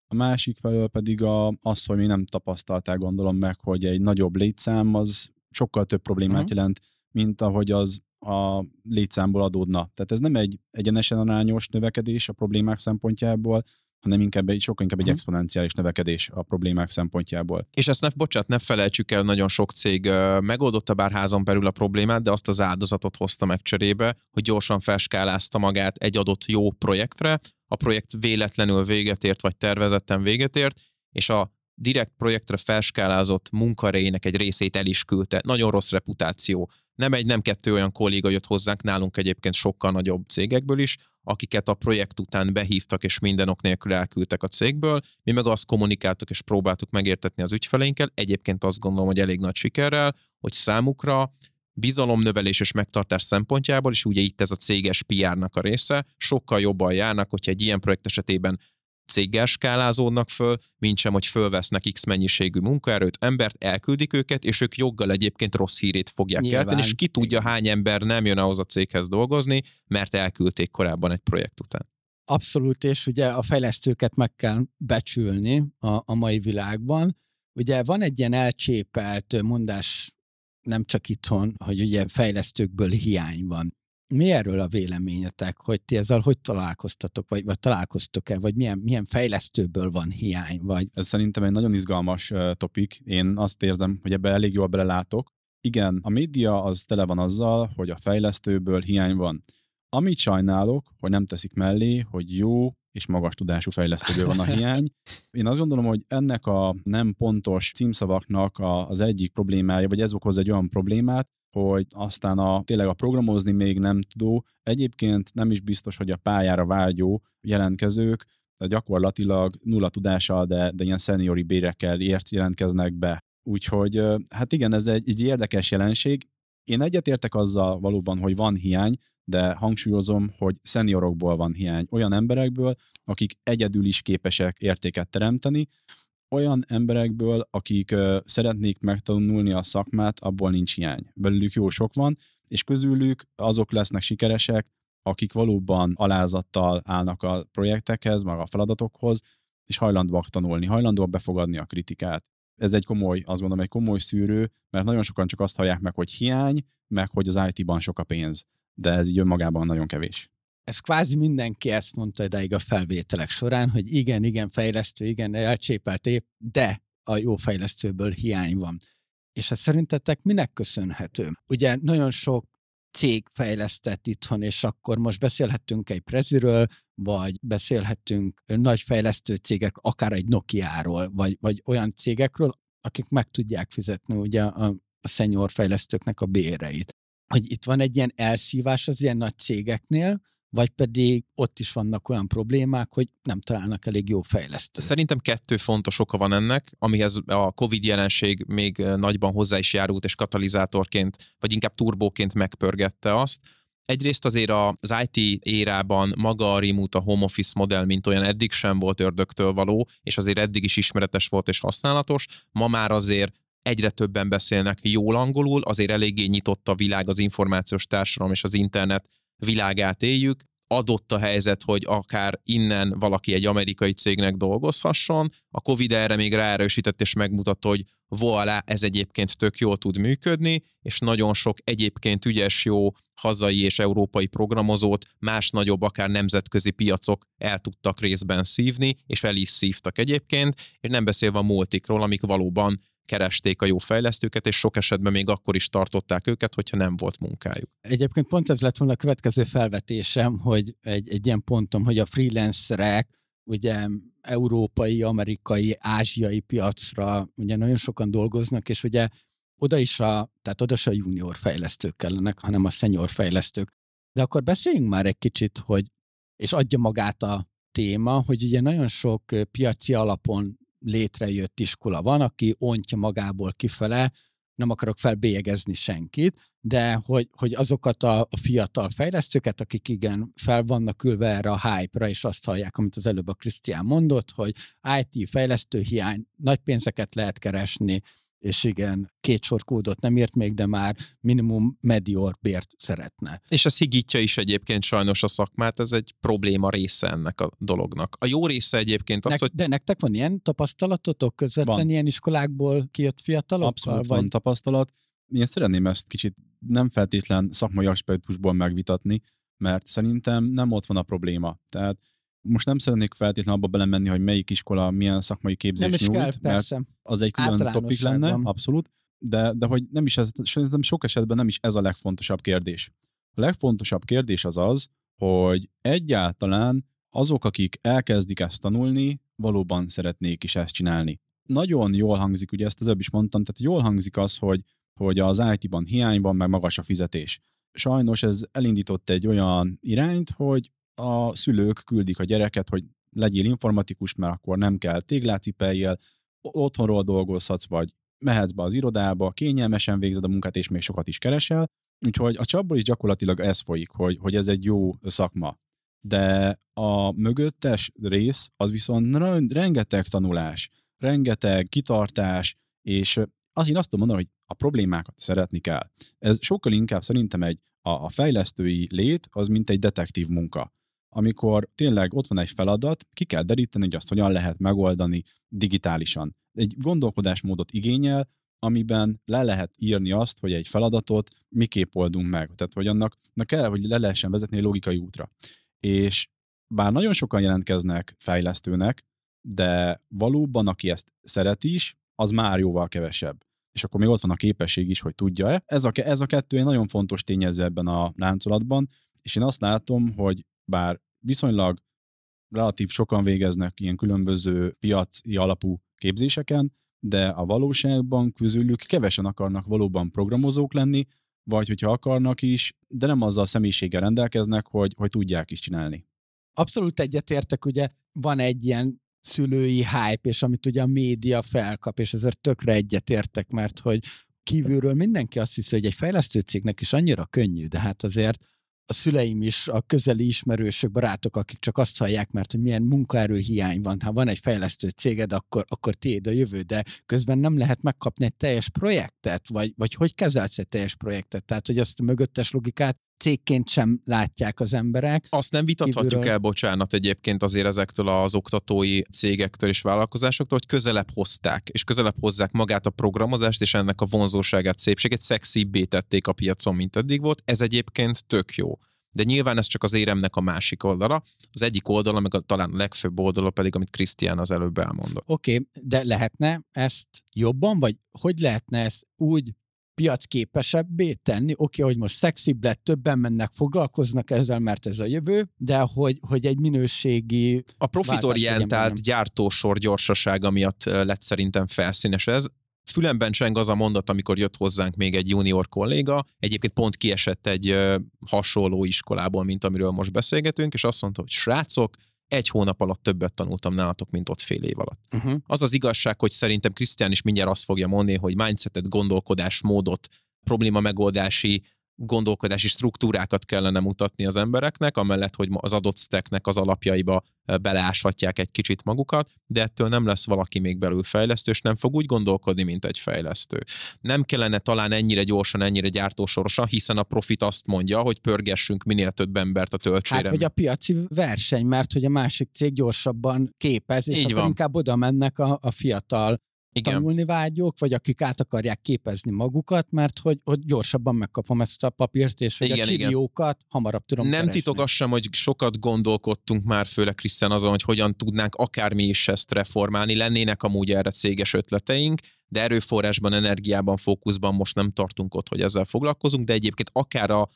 Speaker 4: A másik felől pedig a, az, hogy mi nem tapasztalták, gondolom meg, hogy egy nagyobb létszám az sokkal több problémát uh-huh. jelent, mint ahogy az a létszámból adódna. Tehát ez nem egy egyenesen arányos növekedés a problémák szempontjából, hanem inkább egy, sokkal inkább egy uh-huh. exponenciális növekedés a problémák szempontjából.
Speaker 1: És ezt ne, bocsánat, ne felejtsük el, nagyon sok cég uh, megoldotta bár házon belül a problémát, de azt az áldozatot hozta meg cserébe, hogy gyorsan felskálázta magát egy adott jó projektre, a projekt véletlenül véget ért, vagy tervezetten véget ért, és a direkt projektre felskálázott munkaerejének egy részét el is küldte. Nagyon rossz reputáció. Nem egy, nem kettő olyan kolléga jött hozzánk, nálunk egyébként sokkal nagyobb cégekből is, akiket a projekt után behívtak, és minden ok nélkül elküldtek a cégből. Mi meg azt kommunikáltuk, és próbáltuk megértetni az ügyfeleinkkel. Egyébként azt gondolom, hogy elég nagy sikerrel, hogy számukra bizalomnövelés és megtartás szempontjából, és ugye itt ez a céges pé er-nak a része, sokkal jobban járnak, hogyha egy ilyen projekt esetében céggel skálázódnak föl, mint sem, hogy fölvesznek X mennyiségű munkaerőt, embert, elküldik őket, és ők joggal egyébként rossz hírét fogják Nyilván. kelteni, és ki tudja, hány ember nem jön ahhoz a céghez dolgozni, mert elküldték korábban egy projekt után.
Speaker 2: Abszolút, és ugye a fejlesztőket meg kell becsülni a, a mai világban. Ugye van egy ilyen elcsépelt mondás, nem csak itthon, hogy ugye fejlesztőkből hiány van. Mi erről a véleményetek, hogy ti ezzel hogy találkoztatok, vagy, vagy találkoztok-e, vagy milyen, milyen fejlesztőből van hiány? Vagy...
Speaker 4: Ez szerintem egy nagyon izgalmas uh, topik. Én azt érzem, hogy ebbe elég jól belelátok. Igen, a média az tele van azzal, hogy a fejlesztőből hiány van. Amit sajnálok, hogy nem teszik mellé, hogy jó és magas tudású fejlesztőből van a hiány. Én azt gondolom, hogy ennek a nem pontos címszavaknak a, az egyik problémája, vagy ez okoz egy olyan problémát, hogy aztán a, tényleg a programozni még nem tudó, egyébként nem is biztos, hogy a pályára vágyó jelentkezők gyakorlatilag nulla tudással, de, de ilyen szeniori bérekkel ért jelentkeznek be. Úgyhogy hát igen, ez egy, egy érdekes jelenség. Én egyetértek azzal valóban, hogy van hiány, de hangsúlyozom, hogy szeniorokból van hiány. Olyan emberekből, akik egyedül is képesek értéket teremteni, olyan emberekből, akik uh, szeretnék megtanulni a szakmát, abból nincs hiány. Belőlük jó sok van, és közülük azok lesznek sikeresek, akik valóban alázattal állnak a projektekhez, meg a feladatokhoz, és hajlandóak tanulni, hajlandóak befogadni a kritikát. Ez egy komoly, azt mondom, egy komoly szűrő, mert nagyon sokan csak azt hallják meg, hogy hiány, meg hogy az í té-ban sok a pénz. De ez így önmagában nagyon kevés.
Speaker 2: Ez kvázi mindenki ezt mondta idáig a felvételek során, hogy igen, igen, fejlesztő, igen, elcsépelt épp, de a jó fejlesztőből hiány van. És ez szerintetek minek köszönhető? Ugye nagyon sok cég fejlesztett itthon, és akkor most beszélhetünk egy Preziről, vagy beszélhetünk nagy fejlesztő cégek, akár egy Nokiáról, vagy, vagy olyan cégekről, akik meg tudják fizetni ugye a, a senior fejlesztőknek a béreit. Hogy itt van egy ilyen elszívás az ilyen nagy cégeknél, vagy pedig ott is vannak olyan problémák, hogy nem találnak elég jó fejlesztőt.
Speaker 1: Szerintem kettő fontos oka van ennek, amihez a Covid jelenség még nagyban hozzá is járult, és katalizátorként, vagy inkább turbóként megpörgette azt. Egyrészt azért az í té érában maga a remote, a home office modell, mint olyan eddig sem volt ördögtől való, és azért eddig is ismeretes volt és használatos. Ma már azért egyre többen beszélnek jól angolul, azért eléggé nyitott a világ, az információs társadalom és az internet világát éljük. Adott a helyzet, hogy akár innen valaki egy amerikai cégnek dolgozhasson. A Covid erre még ráerősített és megmutatta, hogy voilà, ez egyébként tök jól tud működni, és nagyon sok egyébként ügyes, jó hazai és európai programozót más nagyobb, akár nemzetközi piacok el tudtak részben szívni, és el is szívtak egyébként, és nem beszélve a multikról, amik valóban keresték a jó fejlesztőket, és sok esetben még akkor is tartották őket, hogyha nem volt munkájuk.
Speaker 2: Egyébként pont ez lett volna a következő felvetésem, hogy egy, egy ilyen pontom, hogy a freelancerek ugye európai, amerikai, ázsiai piacra ugye nagyon sokan dolgoznak, és ugye oda is a, tehát oda is a junior fejlesztők kellenek, hanem a senior fejlesztők. De akkor beszéljünk már egy kicsit, hogy, és adja magát a téma, hogy ugye nagyon sok piaci alapon létrejött iskola van, aki ontja magából kifele, nem akarok felbélyegezni senkit, de hogy, hogy azokat a, a fiatal fejlesztőket, akik igen, fel vannak ülve erre a hype-ra, és azt hallják, amit az előbb a Krisztián mondott, hogy í té fejlesztő hiány, nagy pénzeket lehet keresni, és igen, két sor kódot nem írt még, de már minimum medior bért szeretne.
Speaker 1: És ez higítja is egyébként sajnos a szakmát, ez egy probléma része ennek a dolognak. A jó része egyébként az,
Speaker 2: Nek,
Speaker 1: hogy...
Speaker 2: De nektek van ilyen tapasztalatotok közvetlen
Speaker 4: van.
Speaker 2: Ilyen iskolákból kijött fiatalokkal?
Speaker 4: Abszolút
Speaker 2: vagy?
Speaker 4: van tapasztalat. Én szeretném ezt kicsit nem feltétlen szakmai aspektusból megvitatni, mert szerintem nem ott van a probléma. Tehát most nem szeretnék feltétlenül abba belemenni, hogy melyik iskola milyen szakmai képzést
Speaker 2: nem is
Speaker 4: nyújt,
Speaker 2: kell,
Speaker 4: mert
Speaker 2: persze.
Speaker 4: az egy külön topik lenne, abszolút, de, de hogy nem is ez, szerintem sok esetben nem is ez a legfontosabb kérdés. A legfontosabb kérdés az az, hogy egyáltalán azok, akik elkezdik ezt tanulni, valóban szeretnék is ezt csinálni. Nagyon jól hangzik, ugye ezt az előbb is mondtam, tehát jól hangzik az, hogy, hogy az í té-ban hiány van, meg magas a fizetés. Sajnos ez elindított egy olyan irányt, hogy a szülők küldik a gyereket, hogy legyél informatikus, mert akkor nem kell téglát cipeljél, otthonról dolgozhatsz, vagy mehetsz be az irodába, kényelmesen végzed a munkát, és még sokat is keresel. Úgyhogy a csapból is gyakorlatilag ez folyik, hogy, hogy ez egy jó szakma. De a mögöttes rész az viszont rengeteg tanulás, rengeteg kitartás, és azt én azt tudom mondani, hogy a problémákat szeretni kell. Ez sokkal inkább szerintem egy a, a fejlesztői lét, az mint egy detektív munka. Amikor tényleg ott van egy feladat, ki kell deríteni, hogy azt hogyan lehet megoldani digitálisan. Egy gondolkodásmódot igényel, amiben le lehet írni azt, hogy egy feladatot miképp oldunk meg. Tehát, hogy annak, annak kell, hogy le lehessen vezetni egy logikai útra. És bár nagyon sokan jelentkeznek fejlesztőnek, de valóban, aki ezt szeret is, az már jóval kevesebb. És akkor még ott van a képesség is, hogy tudja-e. Ez a, ez a kettő egy nagyon fontos tényező ebben a láncolatban, és én azt látom, hogy bár viszonylag relatív sokan végeznek ilyen különböző piaci alapú képzéseken, de a valóságban közülük kevesen akarnak valóban programozók lenni, vagy hogyha akarnak is, de nem azzal a személyiséggel rendelkeznek, hogy, hogy tudják is csinálni.
Speaker 2: Abszolút egyetértek, ugye van egy ilyen szülői hype, és amit ugye a média felkap, és ezért tökre egyetértek, mert hogy kívülről mindenki azt hiszi, hogy egy fejlesztő cégnek is annyira könnyű, de hát azért a szüleim is, a közeli ismerősök, barátok, akik csak azt hallják, mert hogy milyen munkaerőhiány van. Ha van egy fejlesztő céged, akkor, akkor tiéd a jövő, de közben nem lehet megkapni egy teljes projektet, vagy, vagy hogy kezelsz egy teljes projektet. Tehát, hogy azt a mögöttes logikát cégként sem látják az emberek.
Speaker 1: Azt nem vitathatjuk
Speaker 2: kívülről...
Speaker 1: el, bocsánat, egyébként azért ezektől az oktatói cégektől és vállalkozásoktól, hogy közelebb hozták, és közelebb hozzák magát a programozást, és ennek a vonzóságát, szépségét szexibbé tették a piacon, mint eddig volt. Ez egyébként tök jó. De nyilván ez csak az éremnek a másik oldala. Az egyik oldala, meg a, talán a legfőbb oldala pedig, amit Krisztián az előbb elmondott.
Speaker 2: Oké, okay, de lehetne ezt jobban, vagy hogy lehetne ezt úgy piacképesebbé tenni, oké, okay, hogy most szexibb lett, többen mennek, foglalkoznak ezzel, mert ez a jövő, de hogy, hogy egy minőségi...
Speaker 1: A profitorientált gyártósor gyorsasága miatt lett szerintem felszínes ez. Fülemben cseng az a mondat, amikor jött hozzánk még egy junior kolléga, egyébként pont kiesett egy ö, hasonló iskolából, mint amiről most beszélgetünk, és azt mondta, hogy srácok, egy hónap alatt többet tanultam nálatok, mint ott fél év alatt. Uh-huh. Az az igazság, hogy szerintem Krisztián is mindjárt azt fogja mondani, hogy mindsetet, gondolkodásmódot, probléma megoldási, gondolkodási struktúrákat kellene mutatni az embereknek, amellett, hogy az adott stacknek az alapjaiba beleáshatják egy kicsit magukat, de ettől nem lesz valaki még belül fejlesztő, és nem fog úgy gondolkodni, mint egy fejlesztő. Nem kellene talán ennyire gyorsan, ennyire gyártósorosan, hiszen a profit azt mondja, hogy pörgessünk minél több embert a töltsére.
Speaker 2: Hát, hogy a piaci verseny, mert hogy a másik cég gyorsabban képez, és
Speaker 1: így
Speaker 2: akkor
Speaker 1: van.
Speaker 2: Inkább oda mennek a, a fiatal igen. tanulni vágyók, vagy akik át akarják képezni magukat, mert hogy, hogy gyorsabban megkapom ezt a papírt, és hogy igen, a csiliókat igen. hamarabb tudom
Speaker 1: Nem
Speaker 2: keresni.
Speaker 1: titok az sem, hogy sokat gondolkodtunk már, főleg Krisztián azon, hogy hogyan tudnánk akármi is ezt reformálni. Lennének amúgy erre céges ötleteink, de erőforrásban, energiában, fókuszban most nem tartunk ott, hogy ezzel foglalkozunk, de egyébként akár a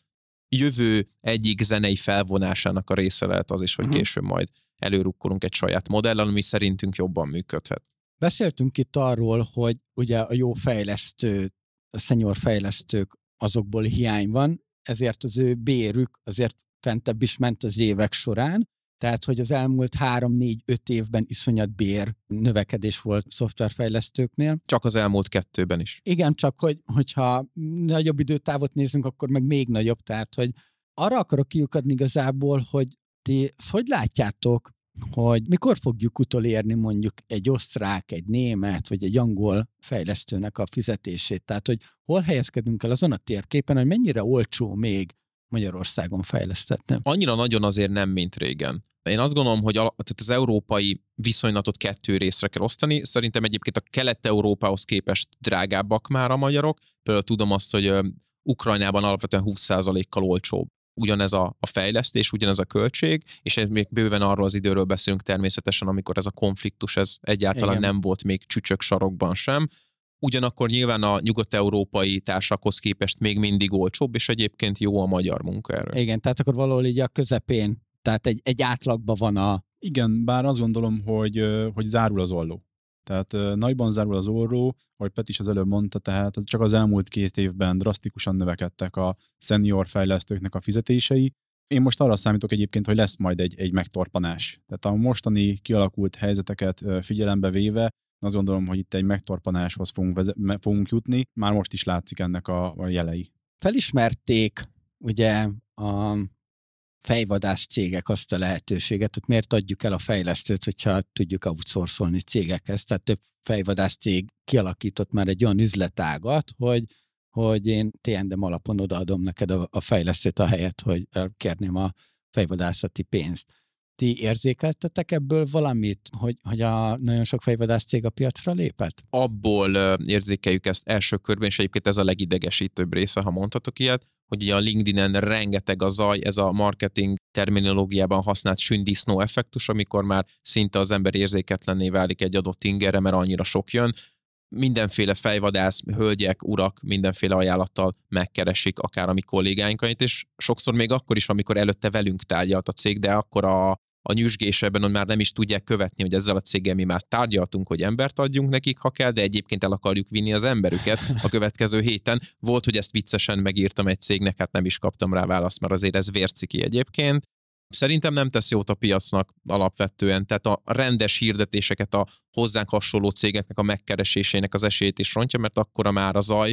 Speaker 1: jövő egyik zenei felvonásának a része lehet az is, hogy uh-huh. később majd előrukkolunk egy saját modellel, ami szerintünk jobban működhet.
Speaker 2: Beszéltünk itt arról, hogy ugye a jó fejlesztő, a senior fejlesztők, azokból hiány van, ezért az ő bérük azért fentebb is ment az évek során, tehát hogy az elmúlt három, négy, öt évben iszonyat bér növekedés volt szoftverfejlesztőknél.
Speaker 1: Csak az elmúlt kettőben is.
Speaker 2: Igen, csak hogy, hogyha nagyobb időtávot nézünk, akkor meg még nagyobb, tehát hogy arra akarok kiukadni igazából, hogy ti hogy látjátok, hogy mikor fogjuk utolérni mondjuk egy osztrák, egy német, vagy egy angol fejlesztőnek a fizetését. Tehát, hogy hol helyezkedünk el azon a térképen, hogy mennyire olcsó még Magyarországon fejlesztetni.
Speaker 1: Annyira nagyon azért nem, mint régen. Én azt gondolom, hogy tehát az európai viszonylatot kettő részre kell osztani. Szerintem egyébként a Kelet-Európához képest drágábbak már a magyarok. Például tudom azt, hogy Ukrajnában alapvetően húsz százalékkal olcsóbb ugyanez a, a fejlesztés, ugyanez a költség, és még bőven arról az időről beszélünk természetesen, amikor ez a konfliktus ez egyáltalán Igen. nem volt még csücsök sarokban sem. Ugyanakkor nyilván a nyugat-európai társakhoz képest még mindig olcsóbb, és egyébként jó a magyar munkaerő.
Speaker 2: Igen, tehát akkor valahol így a közepén, tehát egy, egy átlagban van a...
Speaker 4: Igen, bár azt gondolom, hogy, hogy zárul az olló. Tehát nagyban zárul az olló, ahogy Peti is az előbb mondta, tehát csak az elmúlt két évben drasztikusan növekedtek a senior fejlesztőknek a fizetései. Én most arra számítok egyébként, hogy lesz majd egy, egy megtorpanás. Tehát a mostani kialakult helyzeteket figyelembe véve, azt gondolom, hogy itt egy megtorpanáshoz fogunk, veze- fogunk jutni. Már most is látszik ennek a, a jelei.
Speaker 2: Felismerték ugye a fejvadász cégek azt a lehetőséget, hogy miért adjuk el a fejlesztőt, hogyha tudjuk outsourcolni cégekhez. Tehát több fejvadász cég kialakított már egy olyan üzletágat, hogy, hogy én té en dé alapon odaadom neked a, a fejlesztőt a helyet, hogy elkérném a fejvadászati pénzt. Ti érzékeltetek ebből valamit, hogy, hogy a nagyon sok fejvadász cég a piacra lépett?
Speaker 1: Abból érzékeljük ezt első körben, és egyébként ez a legidegesítőbb része, ha mondhatok ilyet, hogy ugye a LinkedIn-en rengeteg a zaj, ez a marketing terminológiában használt sündisznó effektus, amikor már szinte az ember érzéketlenné válik egy adott ingerre, mert annyira sok jön. Mindenféle fejvadász, hölgyek, urak, mindenféle ajánlattal megkeresik akár a mi kollégáinkat, és sokszor még akkor is, amikor előtte velünk tárgyalt a cég, de akkor a a nyüzsgéseben, hogy már nem is tudják követni, hogy ezzel a céggel mi már tárgyaltunk, hogy embert adjunk nekik, ha kell, de egyébként el akarjuk vinni az emberüket a következő héten. Volt, hogy ezt viccesen megírtam egy cégnek, hát nem is kaptam rá választ, mert azért ez vérciki egyébként. Szerintem nem tesz jót a piacnak alapvetően, tehát a rendes hirdetéseket a hozzánk hasonló cégeknek a megkeresésének az esélyét is rontja, mert akkora már a zaj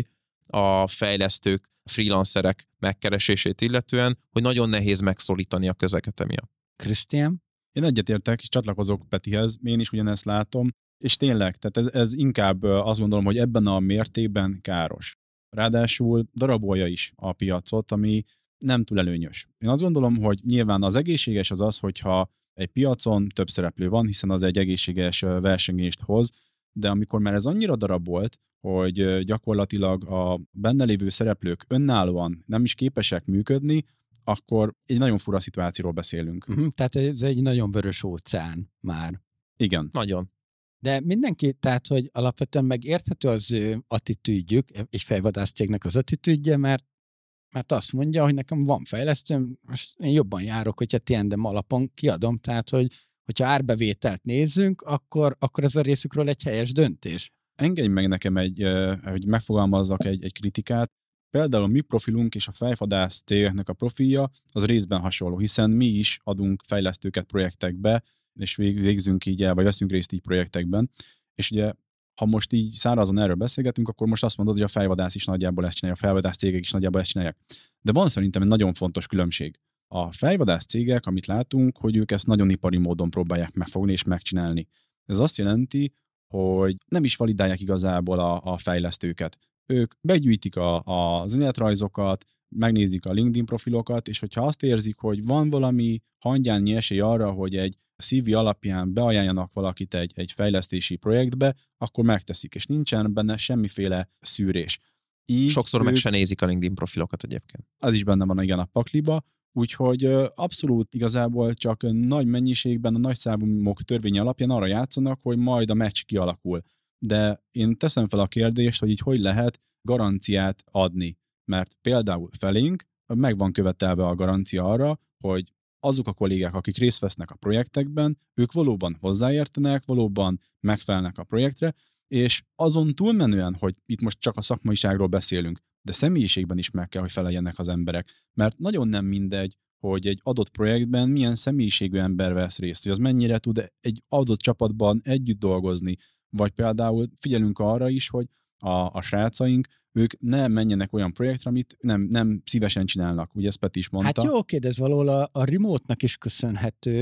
Speaker 1: a fejlesztők, freelancerek megkeresését illetően, hogy nagyon nehéz megszólítani a közeget emiatt.
Speaker 2: Krisztián?
Speaker 4: Én egyetértek, és csatlakozok Petihez, én is ugyanezt látom, és tényleg, tehát ez, ez inkább azt gondolom, hogy ebben a mértékben káros. Ráadásul darabolja is a piacot, ami nem túl előnyös. Én azt gondolom, hogy nyilván az egészséges az az, hogyha egy piacon több szereplő van, hiszen az egy egészséges versengést hoz, de amikor már ez annyira darabolt, hogy gyakorlatilag a benne lévő szereplők önállóan nem is képesek működni, akkor egy nagyon fura szituációról beszélünk.
Speaker 2: Uh-huh, tehát ez egy nagyon vörös óceán már.
Speaker 4: Igen.
Speaker 1: Nagyon.
Speaker 2: De mindenki, tehát, hogy alapvetően megérthető az ő attitűdjük, egy fejvadász cégnek az attitűdje, mert, mert azt mondja, hogy nekem van fejlesztőm, most én jobban járok, hogyha té en dé alapon kiadom, tehát, hogy hogyha árbevételt nézzünk, akkor, akkor ez a részükről egy helyes döntés.
Speaker 4: Engedj meg nekem egy, hogy megfogalmazzak egy, egy kritikát. Például a mi profilunk és a fejvadász cégeknek a profilja az részben hasonló, hiszen mi is adunk fejlesztőket projektekbe, és végzünk így el, vagy veszünk részt így projektekben. És ugye, ha most így szárazon erről beszélgetünk, akkor most azt mondod, hogy a fejvadász is nagyjából ezt csinálja, a fejvadász cégek is nagyjából ezt csinálják. De van szerintem egy nagyon fontos különbség. A fejvadász cégek, amit látunk, hogy ők ezt nagyon ipari módon próbálják megfogni és megcsinálni. Ez azt jelenti, hogy nem is validálják igazából a, a fejlesztőket. Ők begyűjtik a, a, az önéletrajzokat, megnézik a LinkedIn profilokat, és hogyha azt érzik, hogy van valami hangyányi esély arra, hogy egy cé vé alapján beajánljanak valakit egy, egy fejlesztési projektbe, akkor megteszik, és nincsen benne semmiféle szűrés. Így
Speaker 1: Sokszor
Speaker 4: ők,
Speaker 1: meg se nézik a LinkedIn profilokat egyébként.
Speaker 4: Az is benne van igen a pakliba, úgyhogy abszolút igazából csak nagy mennyiségben a nagyszámok törvény alapján arra játszanak, hogy majd a meccs kialakul. De én teszem fel a kérdést, hogy így hogy lehet garanciát adni. Mert például felénk meg van követelve a garancia arra, hogy azok a kollégák, akik részt vesznek a projektekben, ők valóban hozzáértenek, valóban megfelelnek a projektre, és azon túlmenően, hogy itt most csak a szakmaiságról beszélünk, de személyiségben is meg kell, hogy feleljenek az emberek. Mert nagyon nem mindegy, hogy egy adott projektben milyen személyiségű ember vesz részt, hogy az mennyire tud egy adott csapatban együtt dolgozni, vagy például figyelünk arra is, hogy a, a srácaink, ők ne menjenek olyan projektre, amit nem, nem szívesen csinálnak. Ugye ezt Peti is mondta.
Speaker 2: Hát jó, oké, de ez valahol a, a remote-nak is köszönhető,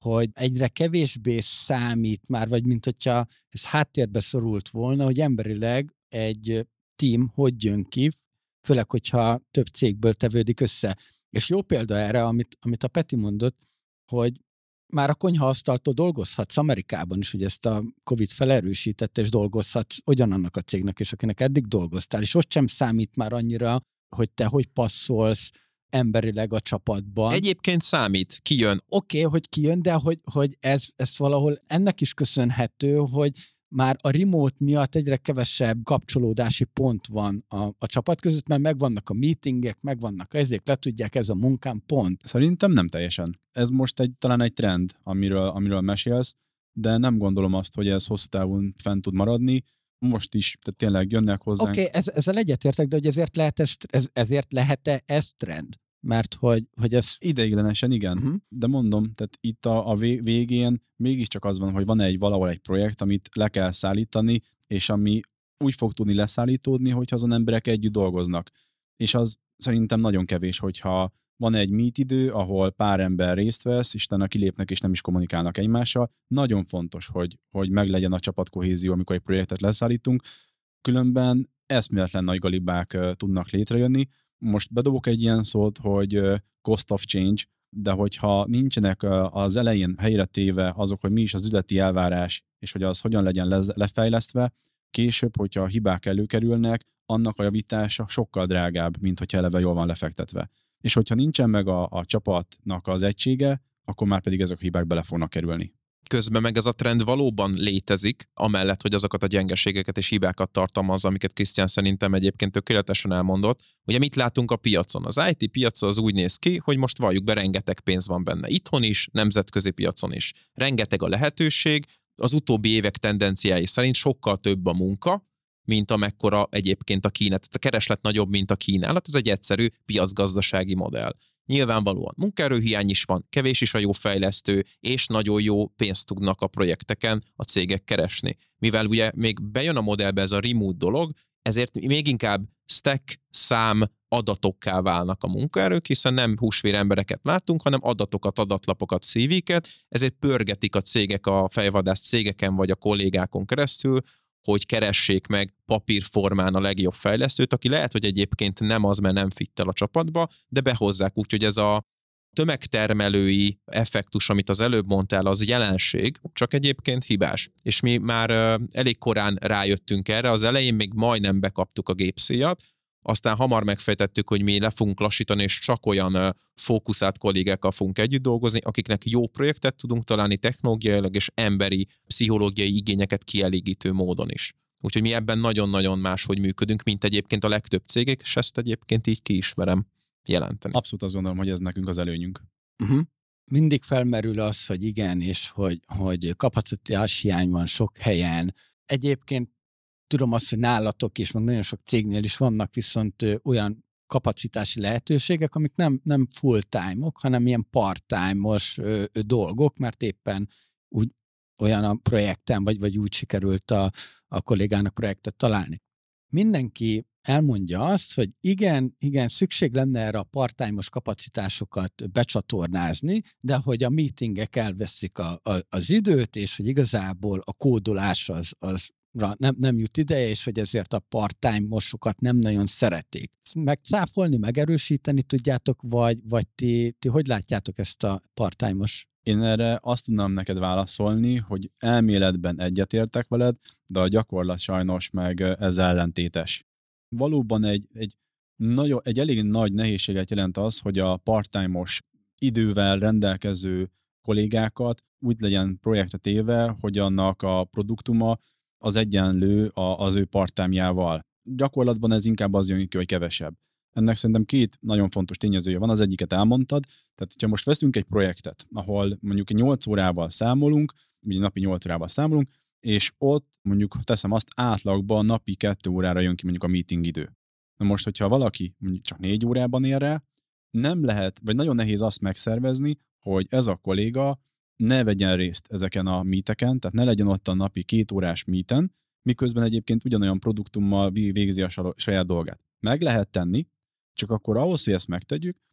Speaker 2: hogy egyre kevésbé számít már, vagy mint hogyha ez háttérbe szorult volna, hogy emberileg egy team hogy jön ki, főleg, hogyha több cégből tevődik össze. És jó példa erre, amit, amit a Peti mondott, hogy már a konyhaasztaltól dolgozhatsz Amerikában is, hogy ezt a Covid felerősítette, és dolgozhatsz ugyanannak a cégnek, és akinek eddig dolgoztál, és ott sem számít már annyira, hogy te hogy passzolsz emberileg a csapatban.
Speaker 1: Egyébként számít, kijön.
Speaker 2: Oké, okay, hogy kijön, de hogy, hogy ez, ez valahol ennek is köszönhető, hogy már a remote miatt egyre kevesebb kapcsolódási pont van a, a csapat között, mert megvannak a meetingek, megvannak ezek, le tudják, ez a munkám, pont.
Speaker 4: Szerintem nem teljesen. Ez most egy, talán egy trend, amiről, amiről mesélsz, de nem gondolom azt, hogy ez hosszú távon fent tud maradni. Most is, tehát tényleg jönnek hozzánk.
Speaker 2: Oké, okay, ez, ezzel egyetértek, de hogy ezért lehet ez, ez, ezért lehet-e ez trend? Mert hogy, hogy ez...
Speaker 4: Ideiglenesen igen, uh-huh. De mondom, tehát itt a, a végén mégiscsak az van, hogy van egy valahol egy projekt, amit le kell szállítani, és ami úgy fog tudni leszállítódni, hogyha azon emberek együtt dolgoznak. És az szerintem nagyon kevés, hogyha van egy meet idő, ahol pár ember részt vesz, és utána kilépnek és nem is kommunikálnak egymással. Nagyon fontos, hogy, hogy meglegyen a csapatkohézió, amikor egy projektet leszállítunk. Különben eszméletlen nagy galibák uh, tudnak létrejönni. Most bedobok egy ilyen szót, hogy cost of change, de hogyha nincsenek az elején helyre téve azok, hogy mi is az üzleti elvárás, és hogy az hogyan legyen lefejlesztve, később, hogyha a hibák előkerülnek, annak a javítása sokkal drágább, mint hogyha eleve jól van lefektetve. És hogyha nincsen meg a, a csapatnak az egysége, akkor már pedig ezek a hibák bele fognak kerülni.
Speaker 1: Közben meg ez a trend valóban létezik, amellett, hogy azokat a gyengeségeket és hibákat tartalmaz, amiket Krisztián szerintem egyébként tökéletesen elmondott. Ugye mit látunk a piacon? Az i té piaca az úgy néz ki, hogy most valljuk be, rengeteg pénz van benne. Itthon is, nemzetközi piacon is. Rengeteg a lehetőség, az utóbbi évek tendenciái szerint sokkal több a munka, mint amekkora egyébként a kínálat. Tehát a kereslet nagyobb, mint a kínálat, ez egy egyszerű piacgazdasági modell. Nyilvánvalóan munkaerőhiány is van, kevés is a jó fejlesztő, és nagyon jó pénzt tudnak a projekteken a cégek keresni. Mivel ugye még bejön a modellbe ez a remote dolog, ezért még inkább stack, szám, adatokká válnak a munkaerők, hiszen nem húsvér embereket látunk, hanem adatokat, adatlapokat, cé vé-ket, ezért pörgetik a cégek a fejvadász cégeken vagy a kollégákon keresztül, hogy keressék meg papírformán a legjobb fejlesztőt, aki lehet, hogy egyébként nem az, mert nem fittel a csapatba, de behozzák, úgyhogy ez a tömegtermelői effektus, amit az előbb mondtál, az jelenség, csak egyébként hibás. És mi már uh, elég korán rájöttünk erre, az elején még majdnem bekaptuk a gépszíjat, aztán hamar megfejtettük, hogy mi le fogunk lassítani, és csak olyan uh, fókuszált kollégákkal fogunk együtt dolgozni, akiknek jó projektet tudunk találni technológiailag és emberi, pszichológiai igényeket kielégítő módon is. Úgyhogy mi ebben nagyon-nagyon máshogy működünk, mint egyébként a legtöbb cégek, és ezt egyébként így kiismerem jelenteni.
Speaker 4: Abszolút azt gondolom, hogy ez nekünk az előnyünk.
Speaker 2: Uh-huh. Mindig felmerül az, hogy igen, és hogy, hogy kapacitás hiány van sok helyen. Egyébként tudom azt, hogy nálatok és meg nagyon sok cégnél is vannak viszont ö, olyan kapacitási lehetőségek, amik nem, nem full-time-ok, hanem ilyen part-time-os ö, ö, dolgok, mert éppen úgy olyan a projekten, vagy, vagy úgy sikerült a, a kollégának projektet találni. Mindenki elmondja azt, hogy igen, igen, szükség lenne erre a part-time-os kapacitásokat becsatornázni, de hogy a meetingek elveszik a, a, az időt, és hogy igazából a kódolás az, az Nem, nem jut ideje, és hogy ezért a part-time-osokat nem nagyon szeretik. Megcáfolni, megerősíteni tudjátok, vagy, vagy ti, ti hogy látjátok ezt a part-time-os?
Speaker 4: Én erre azt tudnám neked válaszolni, hogy elméletben egyetértek veled, de a gyakorlat sajnos meg ez ellentétes. Valóban egy, egy, nagyon, egy elég nagy nehézséget jelent az, hogy a part-time-os idővel rendelkező kollégákat úgy legyen projektet éve, hogy annak a produktuma az egyenlő az ő part-time-jával. Gyakorlatban ez inkább az jön ki, hogy kevesebb. Ennek szerintem két nagyon fontos tényezője van, az egyiket elmondtad, tehát hogyha most veszünk egy projektet, ahol mondjuk nyolc órával számolunk, ugye napi nyolc órával számolunk, és ott mondjuk teszem azt, átlagban napi kettő órára jön ki mondjuk a meeting idő. Na most, hogyha valaki mondjuk csak négy órában ér el, nem lehet, vagy nagyon nehéz azt megszervezni, hogy ez a kolléga ne vegyen részt ezeken a meeteken, tehát ne legyen ott a napi két órás meeten, miközben egyébként ugyanolyan produktummal végzi a saját dolgát. Meg lehet tenni, csak akkor ahhoz, hogy ezt megtegyük,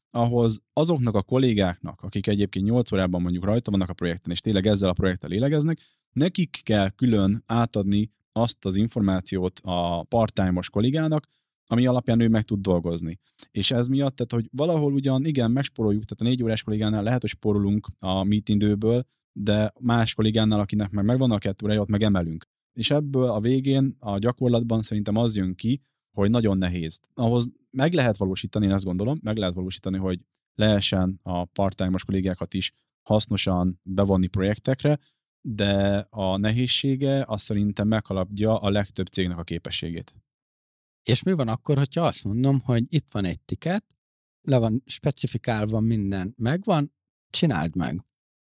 Speaker 4: ahhoz azoknak a kollégáknak, akik egyébként nyolc órában mondjuk rajta vannak a projekten, és tényleg ezzel a projekttel lélegeznek, nekik kell külön átadni azt az információt a part-time-os kollégának, ami alapján ő meg tud dolgozni. És ez miatt, tehát, hogy valahol ugyan igen, megspóroljuk, tehát a négy órás kollégánál lehet, hogy spórolunk a meetingidőből, de más kollégánál, akinek meg megvan a kettő órája, ott meg emelünk. És ebből a végén, a gyakorlatban szerintem az jön ki, hogy nagyon nehéz. Ahhoz meg lehet valósítani, én azt gondolom, meg lehet valósítani, hogy lehessen a part-time-os kollégákat is hasznosan bevonni projektekre, de a nehézsége azt szerintem meghaladja a legtöbb cégnek a képességét.
Speaker 2: És mi van akkor, hogyha azt mondom, hogy itt van egy ticket, le van specifikálva, minden megvan, csináld meg.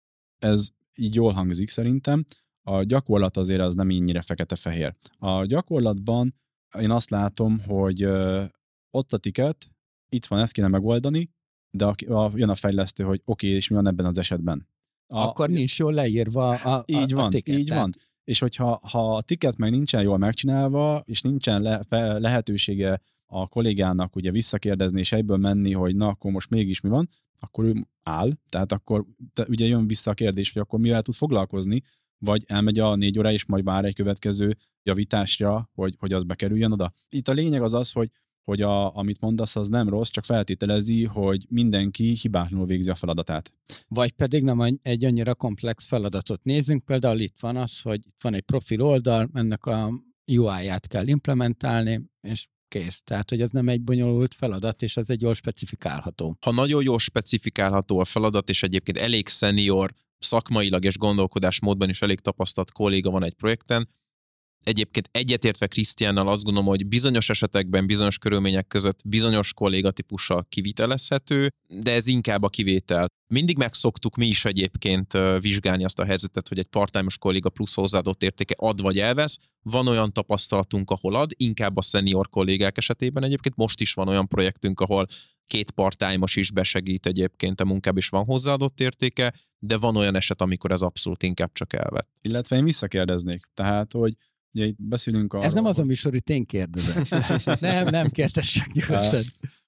Speaker 4: Ez így jól hangzik szerintem. A gyakorlat azért az nem ennyire fekete-fehér. A gyakorlatban én azt látom, hogy ö, ott a ticket, itt van, ezt kéne megoldani, de a, a, jön a fejlesztő, hogy oké, okay, és mi van ebben az esetben. A,
Speaker 2: akkor nincs jól leírva a, a,
Speaker 4: így van,
Speaker 2: a ticket.
Speaker 4: Így van. És hogyha ha a ticket meg nincsen jól megcsinálva, és nincsen le, fe, lehetősége a kollégának ugye visszakérdezni, és egyből menni, hogy na, akkor most mégis mi van, akkor ő áll, tehát akkor te, ugye jön vissza a kérdés, hogy akkor mivel tud foglalkozni, vagy elmegy a négy óra, és majd vár egy következő javításra, hogy, hogy az bekerüljön oda. Itt a lényeg az az, hogy, hogy a, amit mondasz, az nem rossz, csak feltételezi, hogy mindenki hibátlanul végzi a feladatát.
Speaker 2: Vagy pedig nem egy annyira komplex feladatot nézünk, például itt van az, hogy itt van egy profil oldal, ennek a u i-ját kell implementálni, és kész. Tehát, hogy ez nem egy bonyolult feladat, és ez egy jól specifikálható.
Speaker 1: Ha nagyon jól specifikálható a feladat, és egyébként elég senior, szakmailag és gondolkodásmódban is elég tapasztalt kolléga van egy projekten, egyébként egyetértve Krisztiánnal azt gondolom, hogy bizonyos esetekben, bizonyos körülmények között bizonyos kollégatípussal kivitelezhető, de ez inkább a kivétel. Mindig megszoktuk mi is egyébként vizsgálni azt a helyzetet, hogy egy part-time-os kolléga plusz hozzáadott értéke ad vagy elvesz. Van olyan tapasztalatunk, ahol ad, inkább a senior kollégák esetében egyébként. Most is van olyan projektünk, ahol két part-time-os is besegít egyébként a munkába, és van hozzáadott értéke, de van olyan eset, amikor ez abszolút inkább csak elvett.
Speaker 4: Illetve én visszakérdeznék. Tehát, hogy ugye itt beszélünk arról,
Speaker 2: ez nem az a
Speaker 4: hogy...
Speaker 2: műsor, itt én kérdezem. nem, nem kérdessek nyugodtan.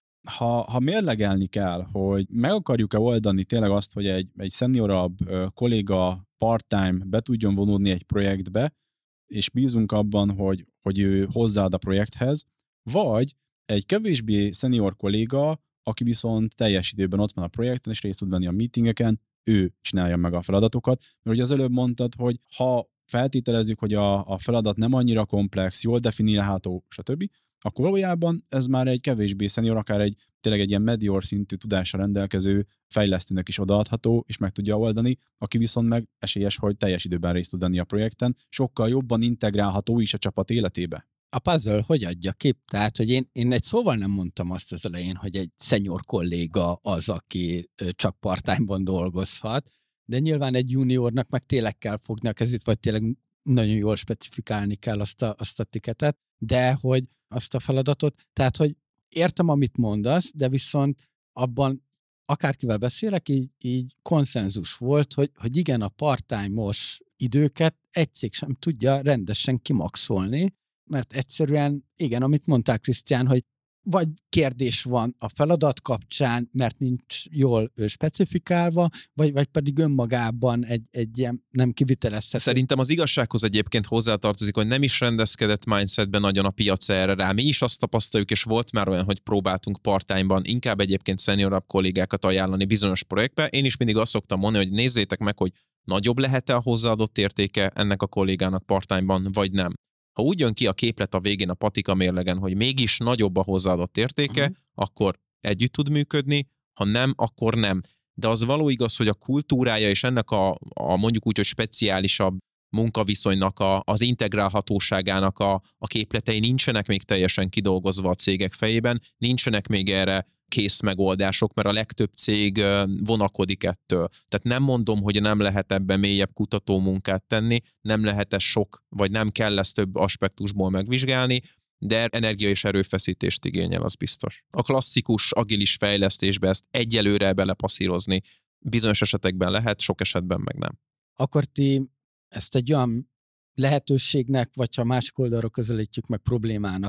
Speaker 4: Ha, ha mérlegelni kell, hogy meg akarjuk-e oldani tényleg azt, hogy egy, egy szeniorabb kolléga part-time be tudjon vonódni egy projektbe, és bízunk abban, hogy, hogy ő hozzáad a projekthez, vagy egy kevésbé szenior kolléga, aki viszont teljes időben ott van a projekten, és részt tud venni a meetingeken, ő csinálja meg a feladatokat. Mert ugye az előbb mondtad, hogy ha feltételezzük, hogy a, a feladat nem annyira komplex, jól definiálható, stb., akkor valójában ez már egy kevésbé szenior, akár egy tényleg egy ilyen medior szintű tudással rendelkező fejlesztőnek is odaadható, és meg tudja oldani, aki viszont meg esélyes, hogy teljes időben részt tud venni a projekten, sokkal jobban integrálható is a csapat életébe.
Speaker 2: A puzzle hogy adja ki? Tehát, hogy én, én egy szóval nem mondtam azt az elején, hogy egy senior kolléga az, aki csak part-time-ban dolgozhat, de nyilván egy juniornak meg tényleg kell fogni a kezét, vagy tényleg nagyon jól specifikálni kell azt a, azt a tiketet, de hogy azt a feladatot, tehát, hogy értem, amit mondasz, de viszont abban akárkivel beszélek, így, így konszenzus volt, hogy, hogy igen, a part-time-os időket egy cég sem tudja rendesen kimaxolni, mert egyszerűen, igen, amit mondták Krisztián, hogy vagy kérdés van a feladat kapcsán, mert nincs jól specifikálva, vagy, vagy pedig önmagában egy, egy ilyen nem kivitelezhető.
Speaker 1: Szerintem az igazsághoz egyébként hozzátartozik, hogy nem is rendezkedett mindsetben nagyon a piac erre rá. Mi is azt tapasztaljuk, és volt már olyan, hogy próbáltunk part-time-ban inkább egyébként szeniorabb kollégákat ajánlani bizonyos projektbe. Én is mindig azt szoktam mondani, hogy nézzétek meg, hogy nagyobb lehet-e a hozzáadott értéke ennek a kollégának part-time-ban, vagy nem. Ha úgy jön ki a képlet a végén a patika mérlegen, hogy mégis nagyobb a hozzáadott értéke, uh-huh. akkor együtt tud működni, ha nem, akkor nem. De az való igaz, hogy a kultúrája és ennek a, a mondjuk úgy, hogy speciálisabb munkaviszonynak, a, az integrálhatóságának a, a képletei nincsenek még teljesen kidolgozva a cégek fejében, nincsenek még erre kész megoldások, mert a legtöbb cég vonakodik ettől. Tehát nem mondom, hogy nem lehet ebben mélyebb kutatómunkát tenni, nem lehet ez sok, vagy nem kell ezt több aspektusból megvizsgálni, de energia és erőfeszítést igényel, az biztos. A klasszikus agilis fejlesztésbe ezt egyelőre belepasszírozni bizonyos esetekben lehet, sok esetben meg nem.
Speaker 2: Akkor ti ezt egy olyan lehetőségnek, vagy ha másik oldalra közelítjük meg problémának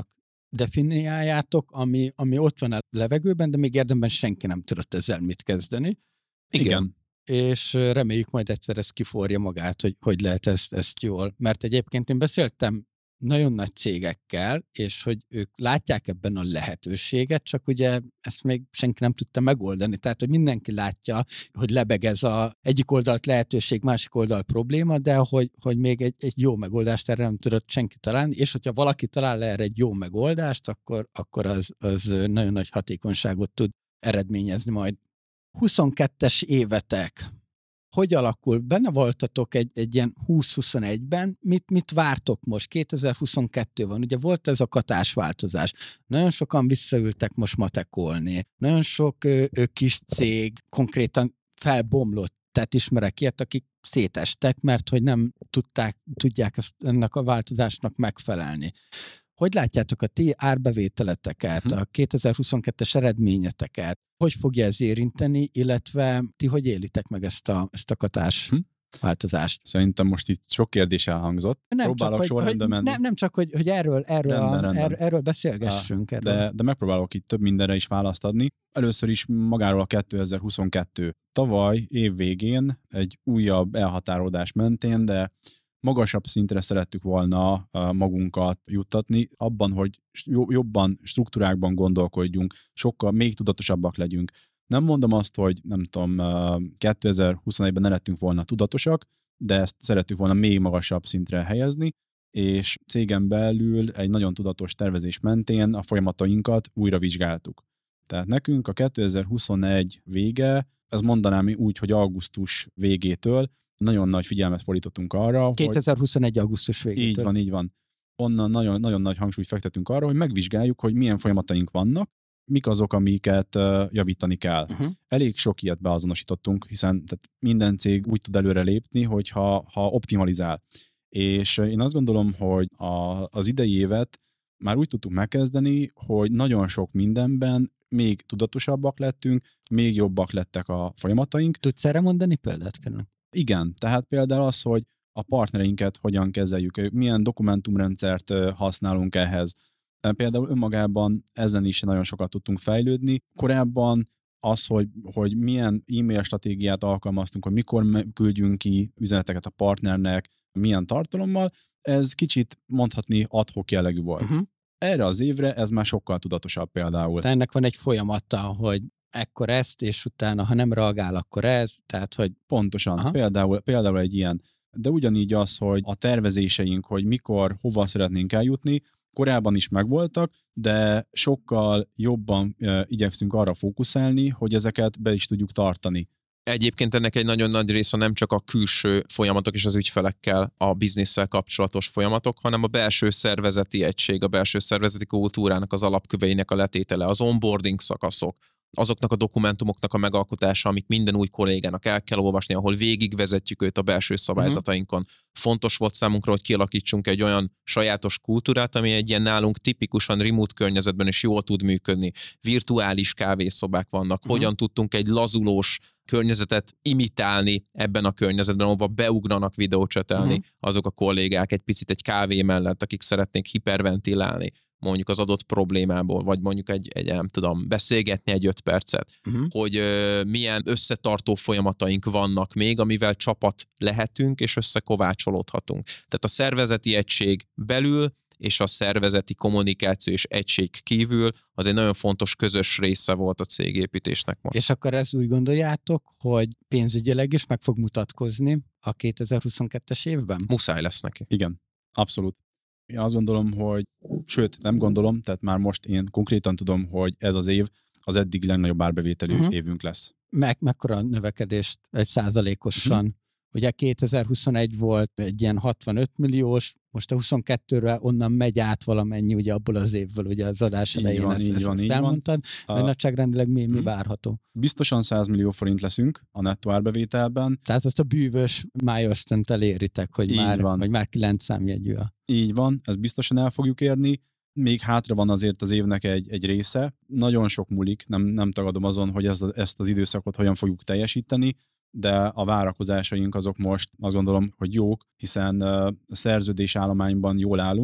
Speaker 2: definiáljátok, ami, ami ott van a levegőben, de még érdemben senki nem tudott ezzel mit kezdeni.
Speaker 4: Igen. Igen.
Speaker 2: És reméljük majd egyszer ez kiforja magát, hogy hogy lehet ezt, ezt jól. Mert egyébként én beszéltem nagyon nagy cégekkel, és hogy ők látják ebben a lehetőséget, csak ugye ezt még senki nem tudta megoldani. Tehát, hogy mindenki látja, hogy lebeg ez a egyik oldalt lehetőség, másik oldal probléma, de hogy, hogy még egy, egy jó megoldást erre nem tudott senki találni, és hogyha valaki talál erre egy jó megoldást, akkor, akkor az, az nagyon nagy hatékonyságot tud eredményezni majd. huszonkettes évetek. Hogy alakul? Benne voltatok egy, egy ilyen húsz-huszonegyben, mit, mit vártok most? kétezer-huszonkettő van, ugye volt ez a katásváltozás. Nagyon sokan visszaültek most matekolni. Nagyon sok ö, ö, kis cég konkrétan felbomlott. Tehát ismerek ilyet, akik szétestek, mert hogy nem tudták, tudják ezt, ennek a változásnak megfelelni. Hogy látjátok a ti árbevételeteket, a kétezer-huszonkettes eredményeteket? Hogy fogja ez érinteni, illetve ti hogy élitek meg ezt a, ezt a katás változást?
Speaker 4: Szerintem most itt sok kérdés elhangzott. Nem próbálok
Speaker 2: csak, hogy, hogy, nem, nem csak, hogy, hogy erről, erről, rendben, a, rendben. Er, erről beszélgessünk. Erről.
Speaker 4: De, de megpróbálok itt több mindenre is választ adni. Először is magáról a kétezer-huszonkettő. Tavaly év végén egy újabb elhatárolódás mentén, de magasabb szintre szerettük volna magunkat juttatni, abban, hogy jobban struktúrákban gondolkodjunk, sokkal még tudatosabbak legyünk. Nem mondom azt, hogy nem tudom, kétezer-huszonegyben ne lettünk volna tudatosak, de ezt szerettük volna még magasabb szintre helyezni, és cégen belül egy nagyon tudatos tervezés mentén a folyamatainkat újra vizsgáltuk. Tehát nekünk a kétezer-huszonegy vége, ez mondanám úgy, hogy augusztus végétől nagyon nagy figyelmet fordítottunk arra,
Speaker 2: kétezer-huszonegy hogy... augusztus végétől.
Speaker 4: Így van, így van. Onnan nagyon, nagyon nagy hangsúlyt fektetünk arra, hogy megvizsgáljuk, hogy milyen folyamataink vannak, mik azok, amiket uh, javítani kell. Uh-huh. Elég sok ilyet beazonosítottunk, hiszen tehát minden cég úgy tud előre lépni, hogyha ha optimalizál. És én azt gondolom, hogy a, az idei évet már úgy tudtuk megkezdeni, hogy nagyon sok mindenben még tudatosabbak lettünk, még jobbak lettek a folyamataink.
Speaker 2: Tudsz erre mondani példát, kérlek?
Speaker 4: Igen, tehát például az, hogy a partnereinket hogyan kezeljük, milyen dokumentumrendszert használunk ehhez. Például önmagában ezen is nagyon sokat tudtunk fejlődni. Korábban az, hogy, hogy milyen e-mail stratégiát alkalmaztunk, hogy mikor küldjünk ki üzeneteket a partnernek, milyen tartalommal, ez kicsit mondhatni ad hoc jellegű volt. Uh-huh. Erre az évre ez már sokkal tudatosabb például.
Speaker 2: De ennek van egy folyamata, hogy ekkor ezt, és utána, ha nem reagál, akkor ez, tehát, hogy...
Speaker 4: Pontosan, például, például egy ilyen. De ugyanígy az, hogy a tervezéseink, hogy mikor, hova szeretnénk eljutni, korábban is megvoltak, de sokkal jobban e, igyekszünk arra fókuszálni, hogy ezeket be is tudjuk tartani.
Speaker 1: Egyébként ennek egy nagyon nagy része nem csak a külső folyamatok és az ügyfelekkel, a bizniszsel kapcsolatos folyamatok, hanem a belső szervezeti egység, a belső szervezeti kultúrának az alapköveinek a letétele, az onboarding szakaszok, azoknak a dokumentumoknak a megalkotása, amik minden új kollégának el kell olvasni, ahol végigvezetjük őt a belső szabályzatainkon. Uh-huh. Fontos volt számunkra, hogy kialakítsunk egy olyan sajátos kultúrát, ami egy ilyen nálunk tipikusan remote környezetben is jól tud működni. Virtuális kávészobák vannak. Uh-huh. Hogyan tudtunk egy lazulós környezetet imitálni ebben a környezetben, ahova beugranak videócsetelni uh-huh. azok a kollégák egy picit egy kávé mellett, akik szeretnék hiperventilálni mondjuk az adott problémából, vagy mondjuk egy, egy nem tudom, beszélgetni egy öt percet, uh-huh. hogy ö, milyen összetartó folyamataink vannak még, amivel csapat lehetünk, és összekovácsolódhatunk. Tehát a szervezeti egység belül, és a szervezeti kommunikáció és egység kívül az egy nagyon fontos közös része volt a cégépítésnek most.
Speaker 2: És akkor ezt úgy gondoljátok, hogy pénzügyileg is meg fog mutatkozni a kétezer-huszonkettes évben?
Speaker 1: Muszáj lesz neki.
Speaker 4: Igen, abszolút. Én azt gondolom, hogy, sőt, nem gondolom, tehát már most én konkrétan tudom, hogy ez az év az eddig legnagyobb árbevételű uh-huh. évünk lesz.
Speaker 2: Meg, mekkora növekedést egy százalékosan? Uh-huh. Ugye kétezer-huszonegy volt egy ilyen hatvanöt milliós, most a huszonkettőre onnan megy át valamennyi, ugye abból az évből, ugye az adás elején
Speaker 4: van,
Speaker 2: ezt,
Speaker 4: így
Speaker 2: ezt,
Speaker 4: van,
Speaker 2: ezt
Speaker 4: így
Speaker 2: elmondtad,
Speaker 4: van.
Speaker 2: de nagyságrendileg mi, mi várható?
Speaker 4: Biztosan száz millió forint leszünk a nettó árbevételben.
Speaker 2: Tehát azt a bűvös milestone-t eléritek, hogy már, hogy már kilenc számjegyű a...
Speaker 4: Így van, ezt biztosan el fogjuk érni. Még hátra van azért az évnek egy, egy része. Nagyon sok múlik, nem, nem tagadom azon, hogy ezt, ezt az időszakot hogyan fogjuk teljesíteni, de a várakozásaink azok most azt gondolom, hogy jók, hiszen a szerződés állományban jól állunk,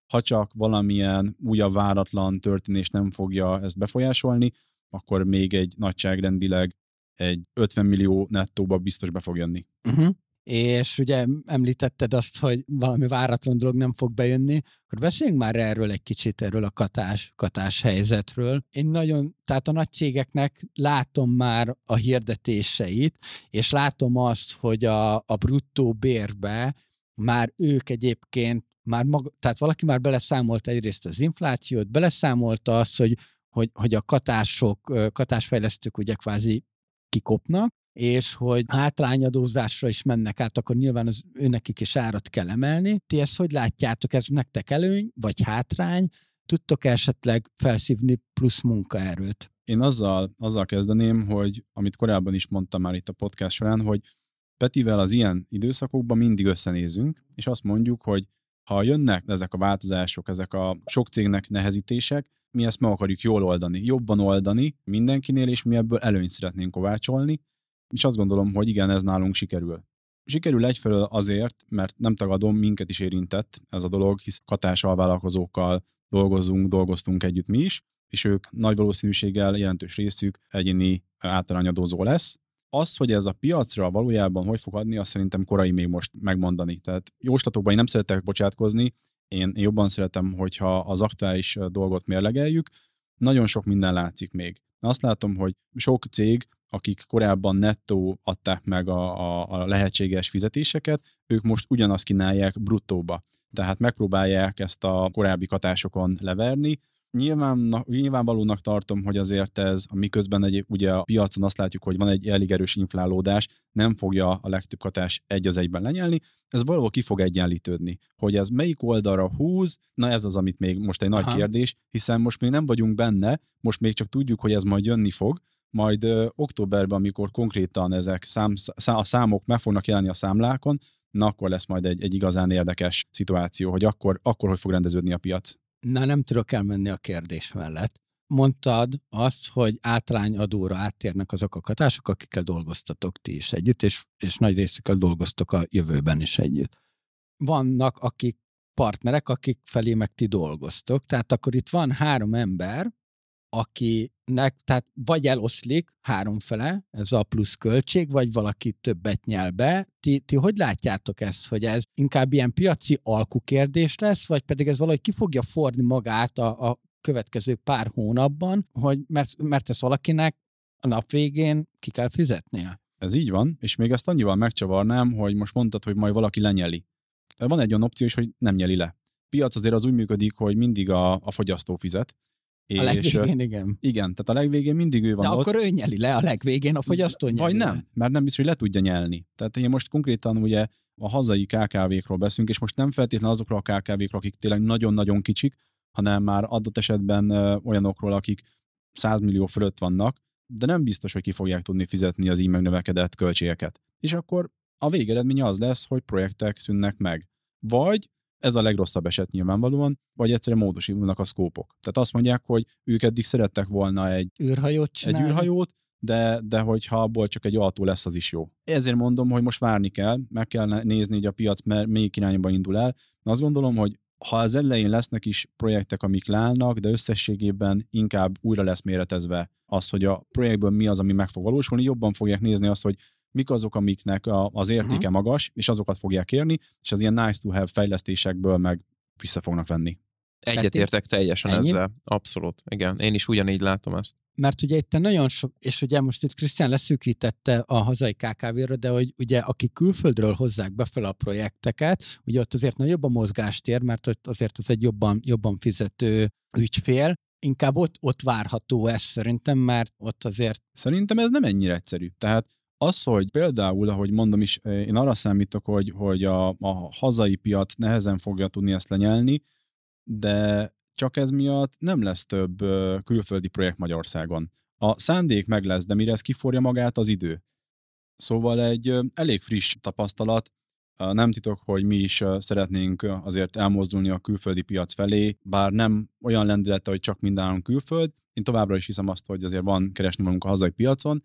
Speaker 4: ha csak valamilyen újabb váratlan történés nem fogja ezt befolyásolni, akkor még egy nagyságrendileg egy ötven millió nettóba biztos be fog jönni.
Speaker 2: Uh-huh. És ugye említetted azt, hogy valami váratlan dolog nem fog bejönni, akkor beszéljünk már erről egy kicsit, erről a katás, katás helyzetről. Én nagyon, tehát a nagy cégeknek látom már a hirdetéseit, és látom azt, hogy a, a bruttó bérbe már ők egyébként, már maga, tehát valaki már beleszámolta egyrészt az inflációt, beleszámolta azt, hogy, hogy, hogy a katások, katásfejlesztők ugye kvázi kikopnak, és hogy hátrányadózásra is mennek át, akkor nyilván az őnekik is árat kell emelni. Ti ezt hogy látjátok? Ez nektek előny, vagy hátrány? Tudtok esetleg felszívni plusz munkaerőt?
Speaker 4: Én azzal, azzal kezdeném, hogy amit korábban is mondtam már itt a podcast során, hogy Petivel az ilyen időszakokban mindig összenézünk, és azt mondjuk, hogy ha jönnek ezek a változások, ezek a sok cégnek nehezítések, mi ezt meg akarjuk jól oldani, jobban oldani mindenkinél, és mi ebből előnyt szeretnénk kovácsolni, és azt gondolom, hogy igen, ez nálunk sikerül. Sikerül egyfelől azért, mert nem tagadom, minket is érintett ez a dolog, hisz katás alvállalkozókkal dolgozunk, dolgoztunk együtt mi is, és ők nagy valószínűséggel jelentős részük egyéni általányadózó lesz. Az, hogy ez a piacra valójában hogy fog adni, azt szerintem korai még most megmondani. Tehát jóslatokban én nem szeretek bocsátkozni, én jobban szeretem, hogyha az aktuális dolgot mérlegeljük. Nagyon sok minden látszik még. Azt látom, hogy sok cég, akik korábban nettó adták meg a, a, a lehetséges fizetéseket, ők most ugyanazt kínálják bruttóba. Tehát megpróbálják ezt a korábbi katásokon leverni. Nyilván, nyilvánvalónak tartom, hogy azért ez, miközben egy, ugye a piacon azt látjuk, hogy van egy elég erős inflálódás, nem fogja a legtöbb katás egy az egyben lenyelni, ez valahol ki fog egyenlítődni. Hogy ez melyik oldalra húz, na ez az, amit még most egy nagy Aha. kérdés, hiszen most még nem vagyunk benne, most még csak tudjuk, hogy ez majd jönni fog, majd ö, októberben, amikor konkrétan ezek szám, szá, a számok meg fognak jelenni a számlákon, na akkor lesz majd egy, egy igazán érdekes szituáció, hogy akkor, akkor hogy fog rendeződni a piac.
Speaker 2: Na, nem tudok elmenni a kérdés mellett. Mondtad azt, hogy általányadóra áttérnek azok a katások, akikkel dolgoztatok ti is együtt, és, és nagy részükkel dolgoztok a jövőben is együtt. Vannak, akik partnerek, akik felé meg ti dolgoztok, tehát akkor itt van három ember, akinek, tehát vagy eloszlik háromfele, ez a plusz költség, vagy valaki többet nyel be. Ti, ti hogy látjátok ezt, hogy ez inkább ilyen piaci alkukérdés lesz, vagy pedig ez valahogy ki fogja forni magát a, a következő pár hónapban, hogy mert, mert ez valakinek a nap végén ki kell fizetnie?
Speaker 4: Ez így van, és még ezt annyival megcsavarnám, hogy most mondtad, hogy majd valaki lenyeli. Van egy olyan opció is, hogy nem nyeli le. Piac azért az úgy működik, hogy mindig a, a fogyasztó fizet.
Speaker 2: A legvégén, igen.
Speaker 4: Igen, tehát a legvégén mindig ő van
Speaker 2: de
Speaker 4: ott.
Speaker 2: akkor ő nyeli le, a legvégén a fogyasztó nyeli
Speaker 4: Vagy
Speaker 2: le.
Speaker 4: nem, mert nem biztos, hogy le tudja nyelni. Tehát én most konkrétan ugye a hazai ká ká vékról beszélünk, és most nem feltétlenül azokról a ká ká vékről, akik tényleg nagyon-nagyon kicsik, hanem már adott esetben ö, olyanokról, akik száz millió fölött vannak, de nem biztos, hogy ki fogják tudni fizetni az így megnövekedett költségeket. És akkor a végeredménye az lesz, hogy projektek szűnnek meg. Vagy ez a legrosszabb eset nyilvánvalóan, vagy egyszerűen módosítulnak a szkópok. Tehát azt mondják, hogy ők eddig szerettek volna egy
Speaker 2: űrhajót csinálni.
Speaker 4: Egy űrhajót, de, de hogyha abból csak egy autó lesz, az is jó. Ezért mondom, hogy most várni kell, meg kell nézni, hogy a piac melyik irányba indul el. Azt gondolom, hogy ha az elején lesznek is projektek, amik leállnak, de összességében inkább újra lesz méretezve az, hogy a projektből mi az, ami meg fog valósulni, jobban fogják nézni azt, hogy mik azok, amiknek a, az értéke uh-huh. magas, és azokat fogják érni, és az ilyen nice to have fejlesztésekből meg vissza fognak venni.
Speaker 1: Egyetértek teljesen
Speaker 2: Ennyi?
Speaker 1: ezzel. Abszolút. Igen, én is ugyanígy látom ezt.
Speaker 2: Mert ugye itt nagyon sok, és ugye most itt Krisztián leszűkítette a hazai ká ká vé-ről, de hogy ugye akik külföldről hozzák befele a projekteket, ugye ott azért nagyobb a mozgástér, mert ott azért az egy jobban, jobban fizető ügyfél, inkább ott, ott várható ez szerintem, mert ott azért...
Speaker 4: Szerintem ez nem ennyire egyszerű. Tehát az, hogy például, ahogy mondom is, én arra számítok, hogy, hogy a, a hazai piac nehezen fogja tudni ezt lenyelni, de csak ez miatt nem lesz több külföldi projekt Magyarországon. A szándék meg lesz, de mire ez kiforja magát, az idő. Szóval egy elég friss tapasztalat, nem titok, hogy mi is szeretnénk azért elmozdulni a külföldi piac felé, bár nem olyan lendülete, hogy csak mindenáron külföld. Én továbbra is hiszem azt, hogy azért van keresni valunk a hazai piacon,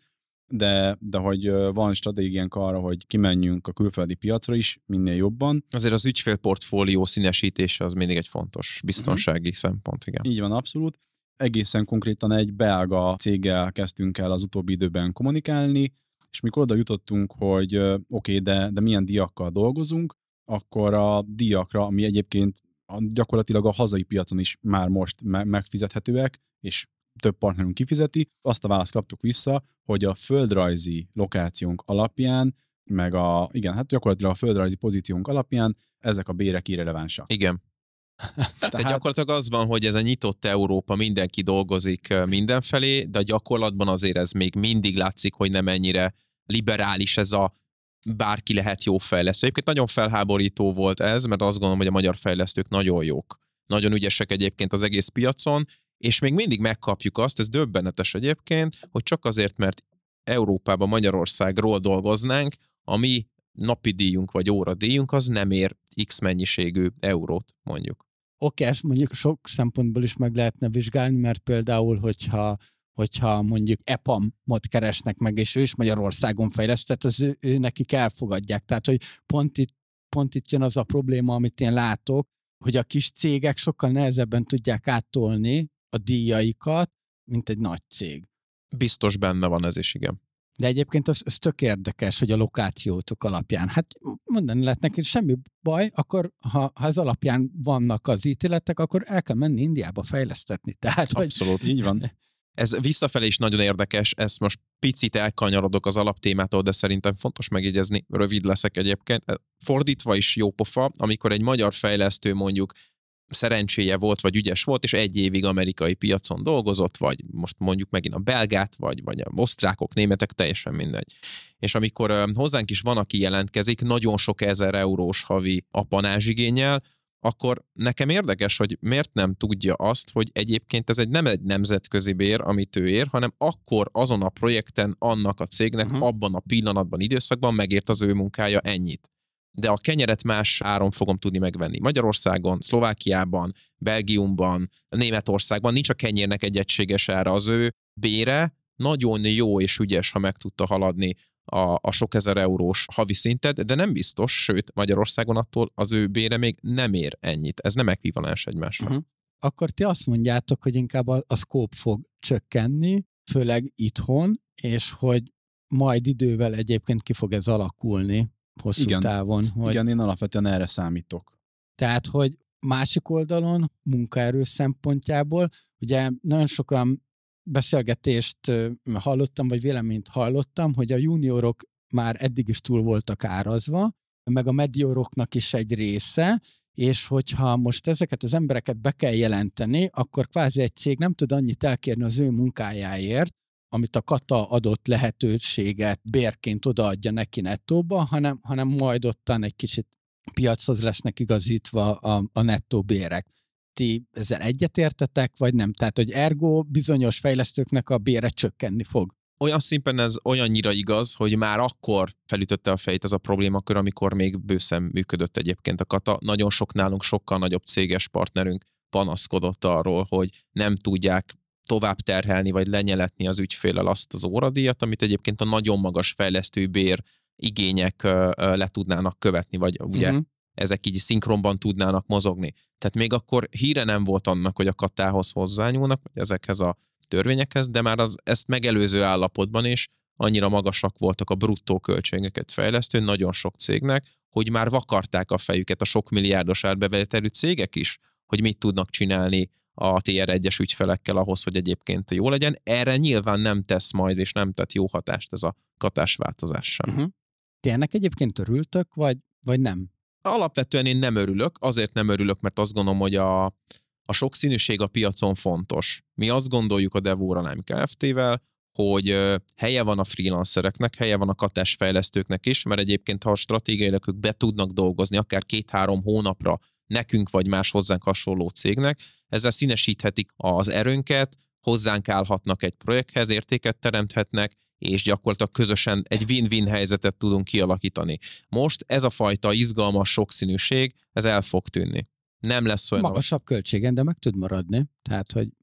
Speaker 4: de, de hogy van stratégiánk arra, hogy kimenjünk a külföldi piacra is minél jobban.
Speaker 1: Azért az ügyfélportfólió színesítése az mindig egy fontos biztonsági uh-huh. szempont, igen.
Speaker 4: Így van, abszolút. Egészen konkrétan egy belga céggel kezdtünk el az utóbbi időben kommunikálni, és mikor oda jutottunk, hogy oké, okay, de, de milyen díjakkal dolgozunk, akkor a díjakra, ami egyébként gyakorlatilag a hazai piacon is már most me- megfizethetőek, és több partnerünk kifizeti, azt a választ kaptuk vissza, hogy a földrajzi lokációnk alapján, meg a, igen, hát gyakorlatilag a földrajzi pozíciónk alapján ezek a bérek irrelevánsak.
Speaker 1: Igen. Tehát Tehát gyakorlatilag az van, hogy ez a nyitott Európa, mindenki dolgozik mindenfelé, de gyakorlatban azért ez még mindig látszik, hogy nem ennyire liberális ez a bárki lehet jó fejlesztő. Egyébként nagyon felháborító volt ez, mert azt gondolom, hogy a magyar fejlesztők nagyon jók. Nagyon ügyesek egyébként az egész piacon, és még mindig megkapjuk azt, ez döbbenetes egyébként, hogy csak azért, mert Európában, Magyarországról dolgoznánk, a mi napi díjunk vagy óradíjunk az nem ér X mennyiségű eurót, mondjuk.
Speaker 2: Oké, ezt mondjuk sok szempontból is meg lehetne vizsgálni, mert például, hogyha, hogyha mondjuk E P A M-ot keresnek meg, és ő is Magyarországon fejlesztett, az ő, ő nekik elfogadják. Tehát, hogy pont itt, pont itt jön az a probléma, amit én látok, hogy a kis cégek sokkal nehezebben tudják áttolni a díjaikat, mint egy nagy cég.
Speaker 1: Biztos benne van ez is, igen.
Speaker 2: De egyébként az, az tök érdekes, hogy a lokációtok alapján. Hát mondani lehet neki, semmi baj, akkor ha, ha ez alapján vannak az ítéletek, akkor el kell menni Indiába fejlesztetni. Tehát,
Speaker 1: abszolút,
Speaker 2: hogy...
Speaker 1: így van. Ez visszafelé is nagyon érdekes, ezt most picit elkanyarodok az alaptémától, de szerintem fontos megjegyezni, rövid leszek egyébként. Fordítva is jó pofa, amikor egy magyar fejlesztő mondjuk szerencséje volt, vagy ügyes volt, és egy évig amerikai piacon dolgozott, vagy most mondjuk megint a belgát, vagy, vagy a osztrákok, németek, teljesen mindegy. És amikor uh, hozzánk is van, aki jelentkezik, nagyon sok ezer eurós havi apanázsigénnyel, akkor nekem érdekes, hogy miért nem tudja azt, hogy egyébként ez egy nem egy nemzetközi bér, amit ő ér, hanem akkor azon a projekten annak a cégnek uh-huh. abban a pillanatban, időszakban megért az ő munkája ennyit. De a kenyeret más áron fogom tudni megvenni. Magyarországon, Szlovákiában, Belgiumban, Németországban nincs a kenyérnek egy egységes ára. Az ő bére nagyon jó és ügyes, ha meg tudta haladni a, a sok ezer eurós havi szintet, de nem biztos, sőt Magyarországon attól az ő bére még nem ér ennyit. Ez nem ekvivalens egymásra. Uh-huh.
Speaker 2: Akkor ti azt mondjátok, hogy inkább a, a scope fog csökkenni, főleg itthon, és hogy majd idővel egyébként ki fog ez alakulni hosszú
Speaker 4: igen,
Speaker 2: távon. Hogy...
Speaker 4: Igen, én alapvetően erre számítok.
Speaker 2: Tehát, hogy másik oldalon, munkaerő szempontjából, ugye nagyon sokan beszélgetést hallottam, vagy véleményt hallottam, hogy a juniorok már eddig is túl voltak árazva, meg a medioroknak is egy része, és hogyha most ezeket az embereket be kell jelenteni, akkor kvázi egy cég nem tud annyit elkérni az ő munkájáért, amit a kata adott lehetőséget bérként odaadja neki nettóba, hanem, hanem majd ottan egy kicsit piachoz lesznek igazítva a, a nettó bérek. Ti ezzel egyetértetek, vagy nem? Tehát, hogy ergo bizonyos fejlesztőknek a bére csökkenni fog.
Speaker 1: Olyan szinten ez olyannyira igaz, hogy már akkor felütötte a fejét ez a problémakör, amikor még bőszen működött egyébként a kata. Nagyon sok nálunk sokkal nagyobb céges partnerünk panaszkodott arról, hogy nem tudják tovább terhelni, vagy lenyeletni az ügyféllel azt az óradíjat, amit egyébként a nagyon magas fejlesztői bér igények le tudnának követni, vagy ugye uh-huh. ezek így szinkronban tudnának mozogni. Tehát még akkor híre nem volt annak, hogy a katához hozzányúlnak, vagy ezekhez a törvényekhez, de már az, ezt megelőző állapotban is annyira magasak voltak a bruttó költségeket fejlesztő nagyon sok cégnek, hogy már vakarták a fejüket a sok milliárdos árbevételű cégek is, hogy mit tudnak csinálni a té er egyes ügyfelekkel ahhoz, hogy egyébként jó legyen. Erre nyilván nem tesz majd, és nem tett jó hatást ez a katás változás sem.
Speaker 2: Uh-huh. Ti ennek egyébként örültök, vagy, vagy nem?
Speaker 1: Alapvetően én nem örülök, azért nem örülök, mert azt gondolom, hogy a, a sokszínűség a piacon fontos. Mi azt gondoljuk a Devóra Lime Kft-vel, hogy helye van a freelancereknek, helye van a katás fejlesztőknek is, mert egyébként, ha a stratégiailag ők be tudnak dolgozni, akár két-három hónapra nekünk vagy más hozzánk hasonló cégnek, ezzel színesíthetik az erőnket, hozzánk állhatnak egy projekthez, értéket teremthetnek, és gyakorlatilag közösen egy win-win helyzetet tudunk kialakítani. Most ez a fajta izgalmas sokszínűség, ez el fog tűnni. Nem lesz olyan...
Speaker 2: Magasabb költségen, de meg tud maradni. Tehát, hogy...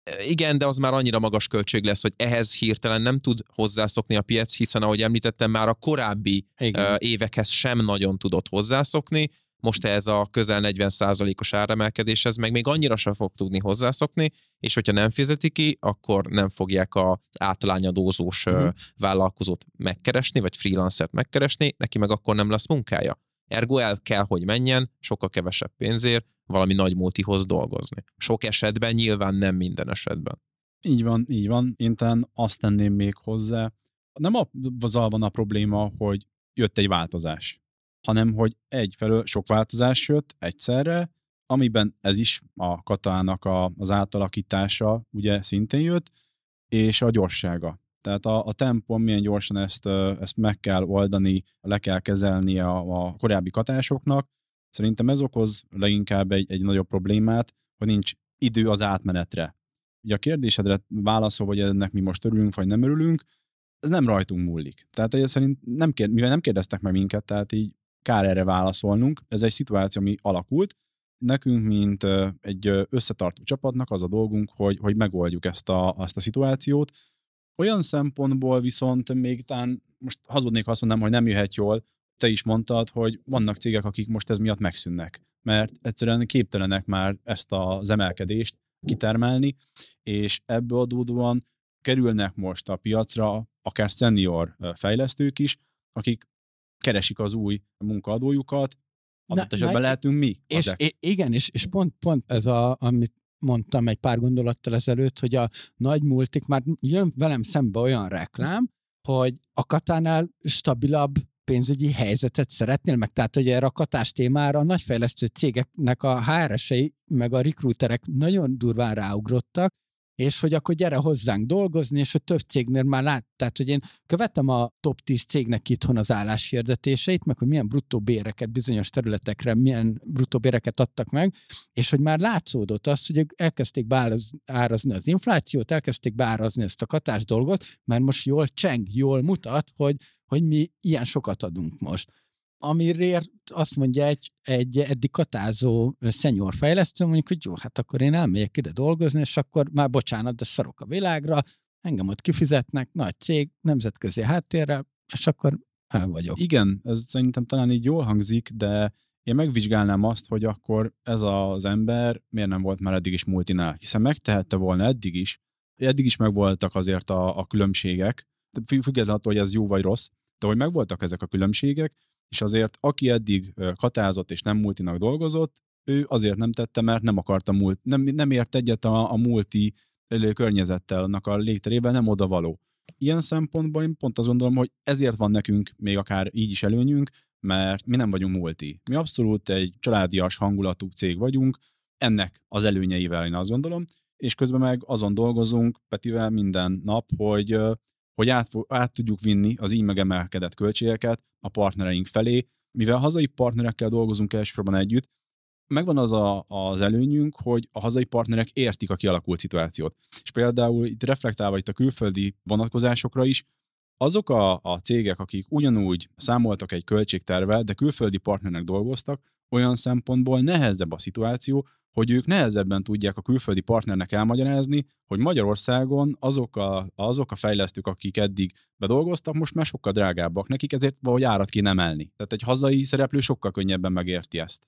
Speaker 1: Igen, de az már annyira magas költség lesz, hogy ehhez hirtelen nem tud hozzászokni a piac, hiszen ahogy említettem, már a korábbi Igen. évekhez sem nagyon tudott hozzászokni, most ez a közel negyven százalékos áremelkedéshez meg még annyira sem fog tudni hozzászokni, és hogyha nem fizeti ki, akkor nem fogják az általányadózós uh-huh. vállalkozót megkeresni, vagy freelancert megkeresni, neki meg akkor nem lesz munkája. Ergo el kell, hogy menjen, sokkal kevesebb pénzért valami nagy multihoz dolgozni. Sok esetben, nyilván nem minden esetben.
Speaker 4: Így van, így van. Én talán azt tenném még hozzá, nem azzal van a probléma, hogy jött egy változás, hanem hogy egyfelől sok változás jött egyszerre, amiben ez is a katának a, az átalakítása ugye szintén jött, és a gyorssága. Tehát a, a tempón milyen gyorsan ezt, ezt meg kell oldani, le kell kezelni a, a korábbi katásoknak. Szerintem ez okoz leginkább egy, egy nagyobb problémát, hogy nincs idő az átmenetre. Ugye a kérdésedre válaszol, hogy ennek mi most örülünk, vagy nem örülünk, ez nem rajtunk múlik. Tehát ez szerint nem kérd, mivel nem kérdeztek meg minket, tehát így kár erre válaszolnunk. Ez egy szituáció, ami alakult. Nekünk, mint egy összetartó csapatnak az a dolgunk, hogy, hogy megoldjuk ezt a, ezt a szituációt. Olyan szempontból viszont még talán most hazudnék, ha azt mondanám, hogy nem jöhet jól. Te is mondtad, hogy vannak cégek, akik most ez miatt megszűnnek, mert egyszerűen képtelenek már ezt az emelkedést kitermelni, és ebből adódóan kerülnek most a piacra akár senior fejlesztők is, akik keresik az új munkaadójukat, adott esetben lehetünk mi.
Speaker 2: És é, igen, és, és pont, pont ez a, amit mondtam egy pár gondolattal ezelőtt, hogy a nagy multik már jön velem szembe olyan reklám, hogy a Katánál stabilabb pénzügyi helyzetet szeretnél meg, tehát hogy erre a katás témára a nagyfejlesztő cégeknek a há er esei meg a recruiterek nagyon durván ráugrottak, és hogy akkor gyere hozzánk dolgozni, és hogy több cégnél már lát, tehát hogy én követem a top tíz cégnek itthon az álláshirdetéseit, meg hogy milyen bruttó béreket bizonyos területekre, milyen bruttó béreket adtak meg, és hogy már látszódott az, hogy ők elkezdték beárazni az inflációt, elkezdték beárazni ezt a katás dolgot, mert most jól cseng, jól mutat, hogy, hogy mi ilyen sokat adunk most. Amire azt mondja egy, egy eddig katázó senior fejlesztő, mondjuk, hogy jó, hát akkor én elmegyek ide dolgozni, és akkor már bocsánat, de szarok a világra, engem ott kifizetnek, nagy cég, nemzetközi háttérrel, és akkor el vagyok.
Speaker 4: Igen, ez szerintem talán így jól hangzik, de én megvizsgálnám azt, hogy akkor ez az ember miért nem volt már eddig is multinál, hiszen megtehette volna eddig is, eddig is megvoltak azért a, a különbségek, függetlenül attól, hogy ez jó vagy rossz, de hogy megvoltak ezek a különbségek, és azért aki eddig katázott és nem multinak dolgozott, ő azért nem tette, mert nem akarta multi, nem, nem ért egyet a, a multi környezettel, annak a légterével nem oda való. Ilyen szempontból én pont azt gondolom, hogy ezért van nekünk még akár így is előnyünk, mert mi nem vagyunk multi. Mi abszolút egy családias hangulatú cég vagyunk, ennek az előnyeivel én azt gondolom, és közben meg azon dolgozunk Petivel minden nap, hogy hogy át, át tudjuk vinni az így megemelkedett költségeket a partnereink felé. Mivel hazai partnerekkel dolgozunk elsősorban együtt, megvan az a, az előnyünk, hogy a hazai partnerek értik a kialakult szituációt. És például itt reflektálva itt a külföldi vonatkozásokra is, azok a, a cégek, akik ugyanúgy számoltak egy költségtervvel, de külföldi partnernek dolgoztak, olyan szempontból nehezebb a szituáció, hogy ők nehezebben tudják a külföldi partnernek elmagyarázni, hogy Magyarországon azok a, azok a fejlesztők, akik eddig bedolgoztak, most már sokkal drágábbak nekik, ezért valahogy árat kéne emelni. Tehát egy hazai szereplő sokkal könnyebben megérti ezt.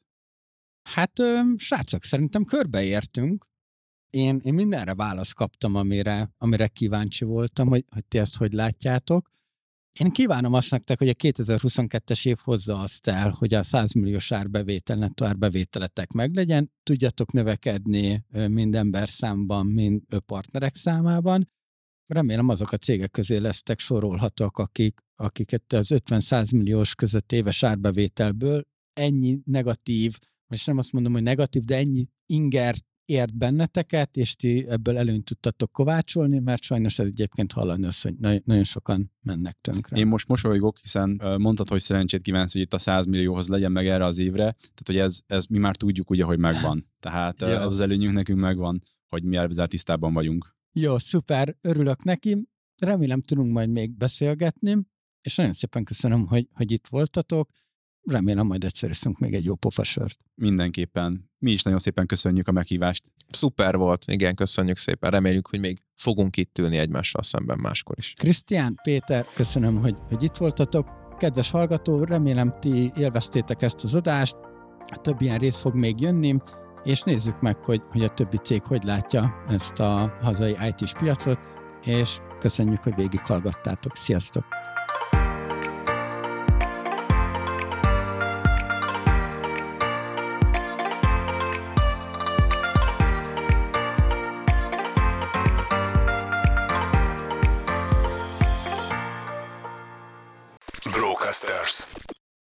Speaker 2: Hát, ö, srácok, szerintem körbeértünk. Én, én mindenre választ kaptam, amire, amire kíváncsi voltam, hogy, hogy ti ezt hogy látjátok. Én kívánom azt nektek, hogy a kétezer-huszonkettes év hozza azt el, hogy a száz milliós árbevétel, nettó árbevételetek meglegyen, tudjatok növekedni mind emberszámban, mind partnerek számában. Remélem azok a cégek közé lesztek sorolhatók, akik, akiket az ötven-száz milliós között éves árbevételből ennyi negatív, és nem azt mondom, hogy negatív, de ennyi inger ért benneteket, és ti ebből előnyt tudtatok kovácsolni, mert sajnos ez egyébként hallani az, hogy nagyon sokan mennek tönkre.
Speaker 4: Én most mosolygok, hiszen mondtad, hogy szerencsét kívánsz, hogy itt a száz millióhoz legyen meg erre az évre, tehát hogy ez, ez mi már tudjuk ugye, hogy megvan. Tehát ez az előnyünk nekünk megvan, hogy mi ezzel tisztában vagyunk.
Speaker 2: Jó, szuper, örülök neki, remélem tudunk majd még beszélgetni, és nagyon szépen köszönöm, hogy, hogy itt voltatok. remélem majd egyszer iszunk még egy jó pofasört.
Speaker 4: Mindenképpen. Mi is nagyon szépen köszönjük a meghívást.
Speaker 1: Szuper volt, igen, köszönjük szépen. Reméljük, hogy még fogunk itt ülni egymással szemben máskor is.
Speaker 2: Krisztián, Péter, köszönöm, hogy, hogy itt voltatok. Kedves hallgató, remélem ti élveztétek ezt az adást. Több ilyen rész fog még jönni, és nézzük meg, hogy, hogy a többi cég hogy látja ezt a hazai í té-s piacot, és köszönjük, hogy végighallgattátok. Sziasztok!